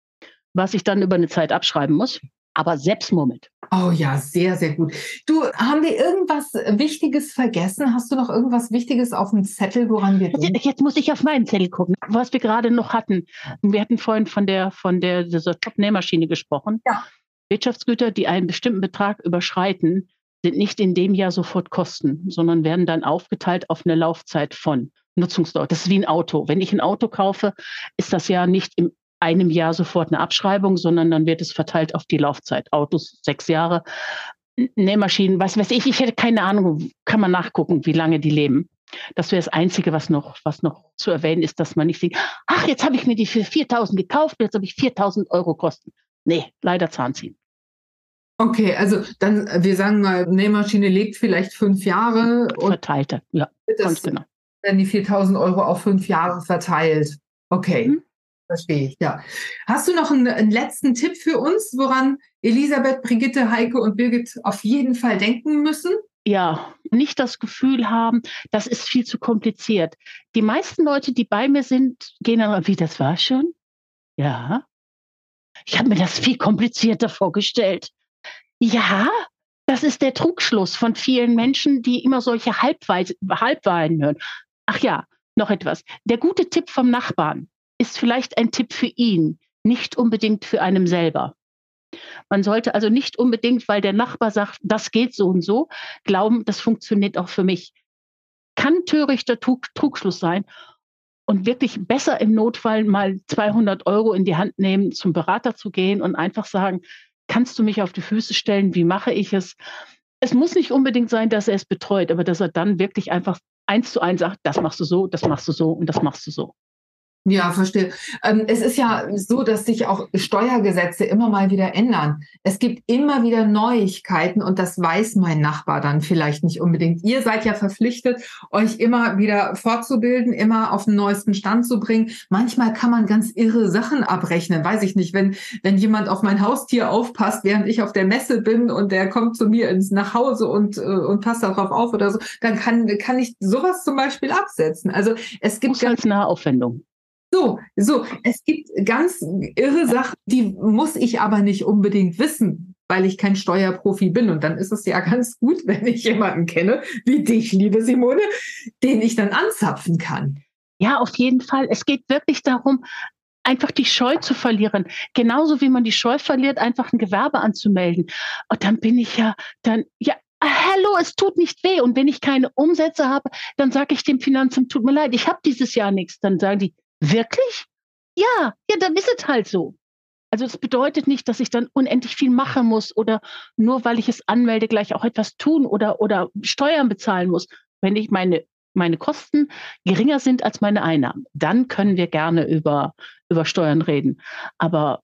was ich dann über eine Zeit abschreiben muss. Aber selbst Moment. Oh ja, sehr, sehr gut. Du, haben wir irgendwas Wichtiges vergessen? Hast du noch irgendwas Wichtiges auf dem Zettel, woran wir denken? Jetzt muss ich auf meinen Zettel gucken, was wir gerade noch hatten. Wir hatten vorhin von der, von der, dieser Top-Nähmaschine gesprochen. Ja. Wirtschaftsgüter, die einen bestimmten Betrag überschreiten, sind nicht in dem Jahr sofort Kosten, sondern werden dann aufgeteilt auf eine Laufzeit von Nutzungsdauer. Das ist wie ein Auto. Wenn ich ein Auto kaufe, ist das ja nicht im einem Jahr sofort eine Abschreibung, sondern dann wird es verteilt auf die Laufzeit. Autos sechs Jahre, Nähmaschinen, was weiß ich, ich hätte keine Ahnung, kann man nachgucken, wie lange die leben. Das wäre das Einzige, was noch, was noch zu erwähnen ist, dass man nicht sieht, ach, jetzt habe ich mir die für viertausend gekauft, jetzt habe ich viertausend Euro kosten. Nee, leider Zahnziehen. Okay, also dann, wir sagen mal, Nähmaschine lebt vielleicht fünf Jahre. Und verteilte, ja, ganz genau. Dann die viertausend Euro auf fünf Jahre verteilt. Okay, mhm. Verstehe ich, ja. Hast du noch einen, einen letzten Tipp für uns, woran Elisabeth, Brigitte, Heike und Birgit auf jeden Fall denken müssen? Ja, nicht das Gefühl haben, das ist viel zu kompliziert. Die meisten Leute, die bei mir sind, gehen dann, wie, das war schon? Ja. Ich habe mir das viel komplizierter vorgestellt. Ja, das ist der Trugschluss von vielen Menschen, die immer solche Halbweis- Halbwahrheiten hören. Ach ja, noch etwas. Der gute Tipp vom Nachbarn ist vielleicht ein Tipp für ihn, nicht unbedingt für einen selber. Man sollte also nicht unbedingt, weil der Nachbar sagt, das geht so und so, glauben, das funktioniert auch für mich. Kann törichter Trug, Trugschluss sein und wirklich besser im Notfall mal zweihundert Euro in die Hand nehmen, zum Berater zu gehen und einfach sagen, kannst du mich auf die Füße stellen, wie mache ich es? Es muss nicht unbedingt sein, dass er es betreut, aber dass er dann wirklich einfach eins zu eins sagt, das machst du so, das machst du so und das machst du so. Ja, verstehe. Ähm, es ist ja so, dass sich auch Steuergesetze immer mal wieder ändern. Es gibt immer wieder Neuigkeiten und das weiß mein Nachbar dann vielleicht nicht unbedingt. Ihr seid ja verpflichtet, euch immer wieder fortzubilden, immer auf den neuesten Stand zu bringen. Manchmal kann man ganz irre Sachen abrechnen. Weiß ich nicht, wenn, wenn jemand auf mein Haustier aufpasst, während ich auf der Messe bin und der kommt zu mir ins nach Hause und, äh, und passt darauf auf oder so, dann kann, kann ich sowas zum Beispiel absetzen. Also es gibt ganz nahe Aufwendung. So, so, es gibt ganz irre Sachen, die muss ich aber nicht unbedingt wissen, weil ich kein Steuerprofi bin. Und dann ist es ja ganz gut, wenn ich jemanden kenne, wie dich, liebe Simone, den ich dann anzapfen kann. Ja, auf jeden Fall. Es geht wirklich darum, einfach die Scheu zu verlieren. Genauso wie man die Scheu verliert, einfach ein Gewerbe anzumelden. Und dann bin ich ja, dann, ja, hallo, es tut nicht weh. Und wenn ich keine Umsätze habe, dann sage ich dem Finanzamt, tut mir leid, ich habe dieses Jahr nichts. Dann sagen die, wirklich? Ja, ja, dann ist es halt so. Also es bedeutet nicht, dass ich dann unendlich viel machen muss oder nur weil ich es anmelde, gleich auch etwas tun oder, oder Steuern bezahlen muss. Wenn ich meine, meine Kosten geringer sind als meine Einnahmen, dann können wir gerne über, über Steuern reden. Aber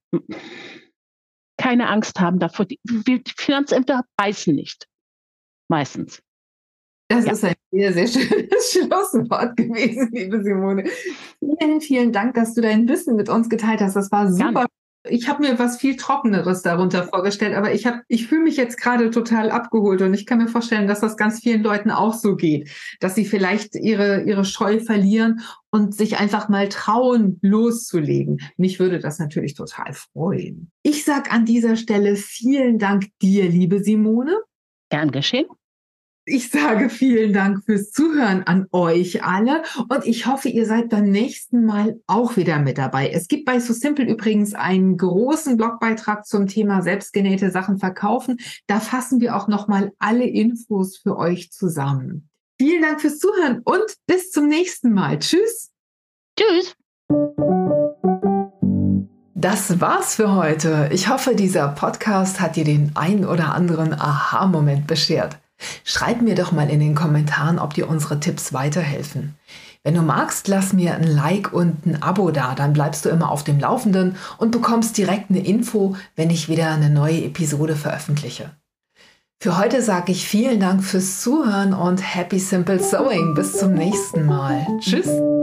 keine Angst haben davor. Die, die Finanzämter beißen nicht. Meistens. Das ja. ist ein sehr, sehr schönes Schlusswort gewesen, liebe Simone. Vielen, vielen Dank, dass du dein Wissen mit uns geteilt hast. Das war super. Gerne. Ich habe mir was viel Trockeneres darunter vorgestellt, aber ich, hab, ich fühle mich jetzt gerade total abgeholt und ich kann mir vorstellen, dass das ganz vielen Leuten auch so geht, dass sie vielleicht ihre, ihre Scheu verlieren und sich einfach mal trauen, loszulegen. Mich würde das natürlich total freuen. Ich sage an dieser Stelle vielen Dank dir, liebe Simone. Gern geschehen. Ich sage vielen Dank fürs Zuhören an euch alle und ich hoffe, ihr seid beim nächsten Mal auch wieder mit dabei. Es gibt bei So Simple übrigens einen großen Blogbeitrag zum Thema selbstgenähte Sachen verkaufen. Da fassen wir auch nochmal alle Infos für euch zusammen. Vielen Dank fürs Zuhören und bis zum nächsten Mal. Tschüss. Tschüss. Das war's für heute. Ich hoffe, dieser Podcast hat dir den ein oder anderen Aha-Moment beschert. Schreib mir doch mal in den Kommentaren, ob dir unsere Tipps weiterhelfen. Wenn du magst, lass mir ein Like und ein Abo da, dann bleibst du immer auf dem Laufenden und bekommst direkt eine Info, wenn ich wieder eine neue Episode veröffentliche. Für heute sage ich vielen Dank fürs Zuhören und Happy Simple Sewing. Bis zum nächsten Mal. Tschüss!